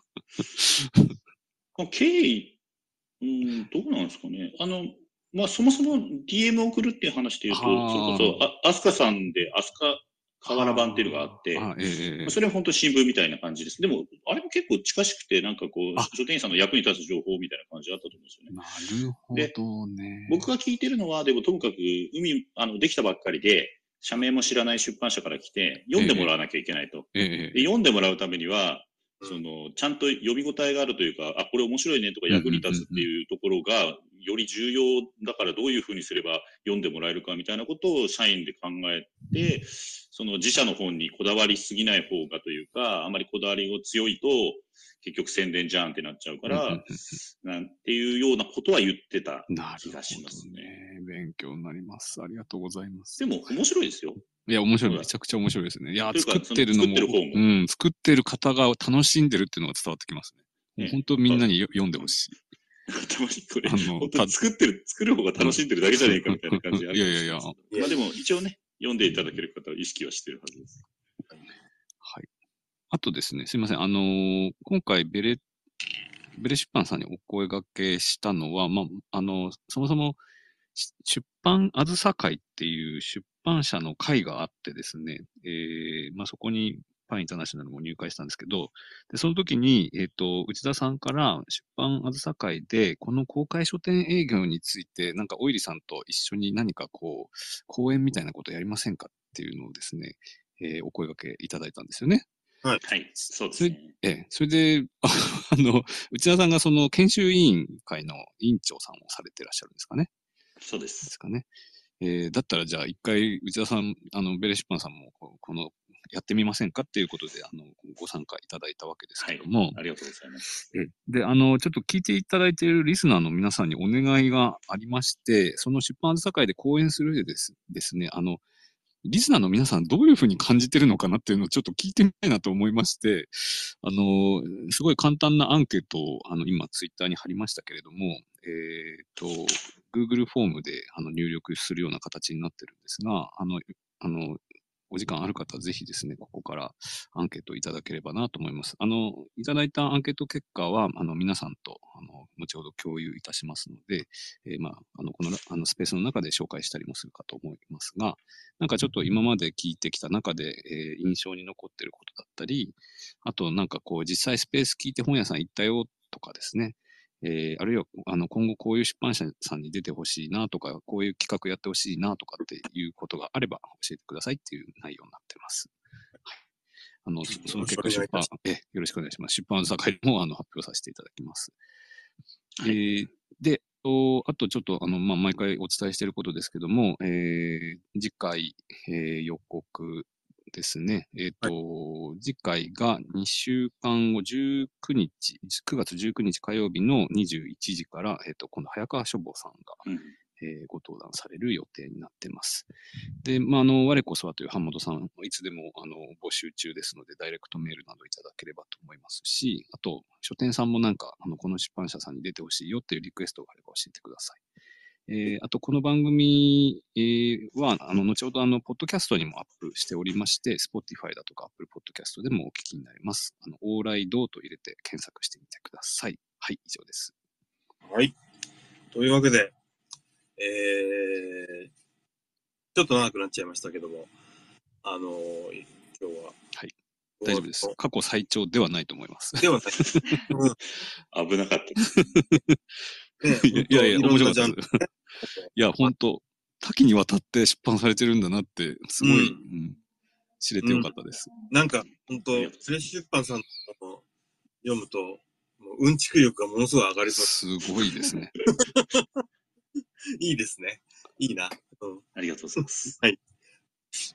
経緯、うん、どうなんですかね。あの、まあ、そもそも ディーエム を送るっていう話で言うと、それこそ、あ、アスカさんで、アスカ河原版っていうのがあって、あええ、それは本当新聞みたいな感じです。でも、あれも結構近しくて、なんかこう、書店員さんの役に立つ情報みたいな感じだったと思うんですよね。 なるほどね。 僕が聞いてるのは、でもともかく、海、あの、できたばっかりで、社名も知らない出版社から来て、読んでもらわなきゃいけないと。ええ、で読んでもらうためには、その、ちゃんと読み応えがあるというか、あ、これ面白いねとか役に立つっていうところが、より重要だからどういうふうにすれば読んでもらえるかみたいなことを社員で考えて、その自社の本にこだわりすぎない方がというか、あまりこだわりが強いと、結局宣伝じゃんってなっちゃうから、なんていうようなことは言ってた気がしますね。 ね、勉強になります。ありがとうございます。 でも面白いですよ。 いや、面白い。めちゃくちゃ面白いですね。いや、作ってるのも、もうん、作ってる方が楽しんでるっていうのが伝わってきますね。ね、本当みんなに読んでほしい。 たまにこれ、あの本当に作ってる、作る方が楽しんでるだけじゃねえかみたいな感じある。いやいやいや。まあでも一応ね、読んでいただける方は意識はしてるはずです。 はい。あとですね、すいません。あのー、今回ベレ、ベレ出版さんにお声掛けしたのは、まあ、あの、そもそも、出版あずさ会っていう出版社の会があってですね、えー、まあ、そこにパンインターナショナルも入会したんですけど、でその時に、えっと、内田さんから出版あずさ会で、この公開書店営業について、なんかオイリさんと一緒に何かこう、講演みたいなことやりませんかっていうのをですね、えー、お声掛けいただいたんですよね。 はい。はい。そうですね。 ええ、それで、あの、内田さんがその研修委員会の委員長さんをされてらっしゃるんですかね。 そうです。 ですかね。えー、だったらじゃあ一回内田さん、あの、ベレ出版さんもこ、この、やってみませんかっていうことで、あの、ご参加いただいたわけですけども。はい、 ありがとうございます。 で、あの、ちょっと聞いていただいているリスナーの皆さんにお願いがありまして、その出版あずさ会で講演するでですですね、あの、リスナーの皆さんどういうふうに感じてるのかなっていうのをちょっと聞いてみたいなと思いまして、あの、すごい簡単なアンケートを、あの、今ツイッターに貼りましたけれども、えっと、Google フォームであの入力するような形になってるんですが、あの、あの、お時間ある方はぜひですね、ここからアンケートをいただければなと思います。あの、いただいたアンケート結果は、あの、皆さんと、あの、後ほど共有いたしますので、えー、まあ、あの、この、あの、スペースの中で紹介したりもするかと思いますが、なんかちょっと今まで聞いてきた中で、えー、印象に残っていることだったり、あとなんかこう、実際スペース聞いて本屋さん行ったよとかですね、えー、あるいは、あの、今後こういう出版社さんに出てほしいなとか、こういう企画やってほしいなとかっていうことがあれば教えてくださいっていう内容になっています。はい。あの、その結果出版、え、よろしくお願いします。出版社会もあの発表させていただきます。はい、えー、で、あとちょっと、あの、まあ、毎回お伝えしていることですけども、えー、次回、えー、予告ですね。えっ、ー、と、はい、次回がにしゅうかんご、じゅうくにち、くがつじゅうくにち火曜日のにじゅういちじから、えっ、ー、と、今度早川書房さんが、うん、えー、ご登壇される予定になっています。で、まあ、あの、我こそはという版本さん、いつでも、あの、募集中ですので、ダイレクトメールなどいただければと思いますし、あと、書店さんもなんか、あの、この出版社さんに出てほしいよっていうリクエストがあれば教えてください。えー、あと、この番組、えー、は、あの、後ほど、あの、ポッドキャストにもアップしておりまして、Spotify だとか Apple Podcast でもお聞きになります。あの、オーライドと入れて検索してみてください。はい、以上です。 はい。というわけで、えー、ちょっと長くなっちゃいましたけども、あのー、今日は。 はい。大丈夫です。過去最長ではないと思います。 ではない。 うん、危なかったです。 ね、 いやいや、面白かったです。いや、本当多岐にわたって出版されてるんだなって、すごい、うんうん、知れてよかったです。 うん、なんか、本当フレッシュ出版さんの読むと、もううんちく力がものすごい上がりそう。 すごいですね。 いいですね。いいな。 うん、ありがとうございます。 はい。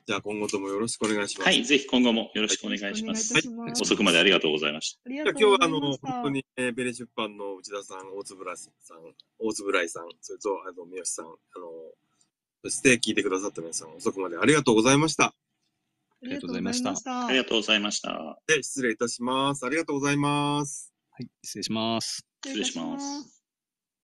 じゃあ今後ともよろしくお願いします。 はい、ぜひ今後もよろしくお願いします。はい、遅くまでありがとうございました。 じゃあ今日はあの、本当に、えー、ベレ出版の内田さん、大津村さん、大津村井さん、それと、あの、三好さん、あの、そして聞いてくださった皆さん、遅くまでありがとうございました。 ありがとうございました。 ありがとうございました。 で、失礼いたします。ありがとうございます。 はい、失礼します。 失礼します。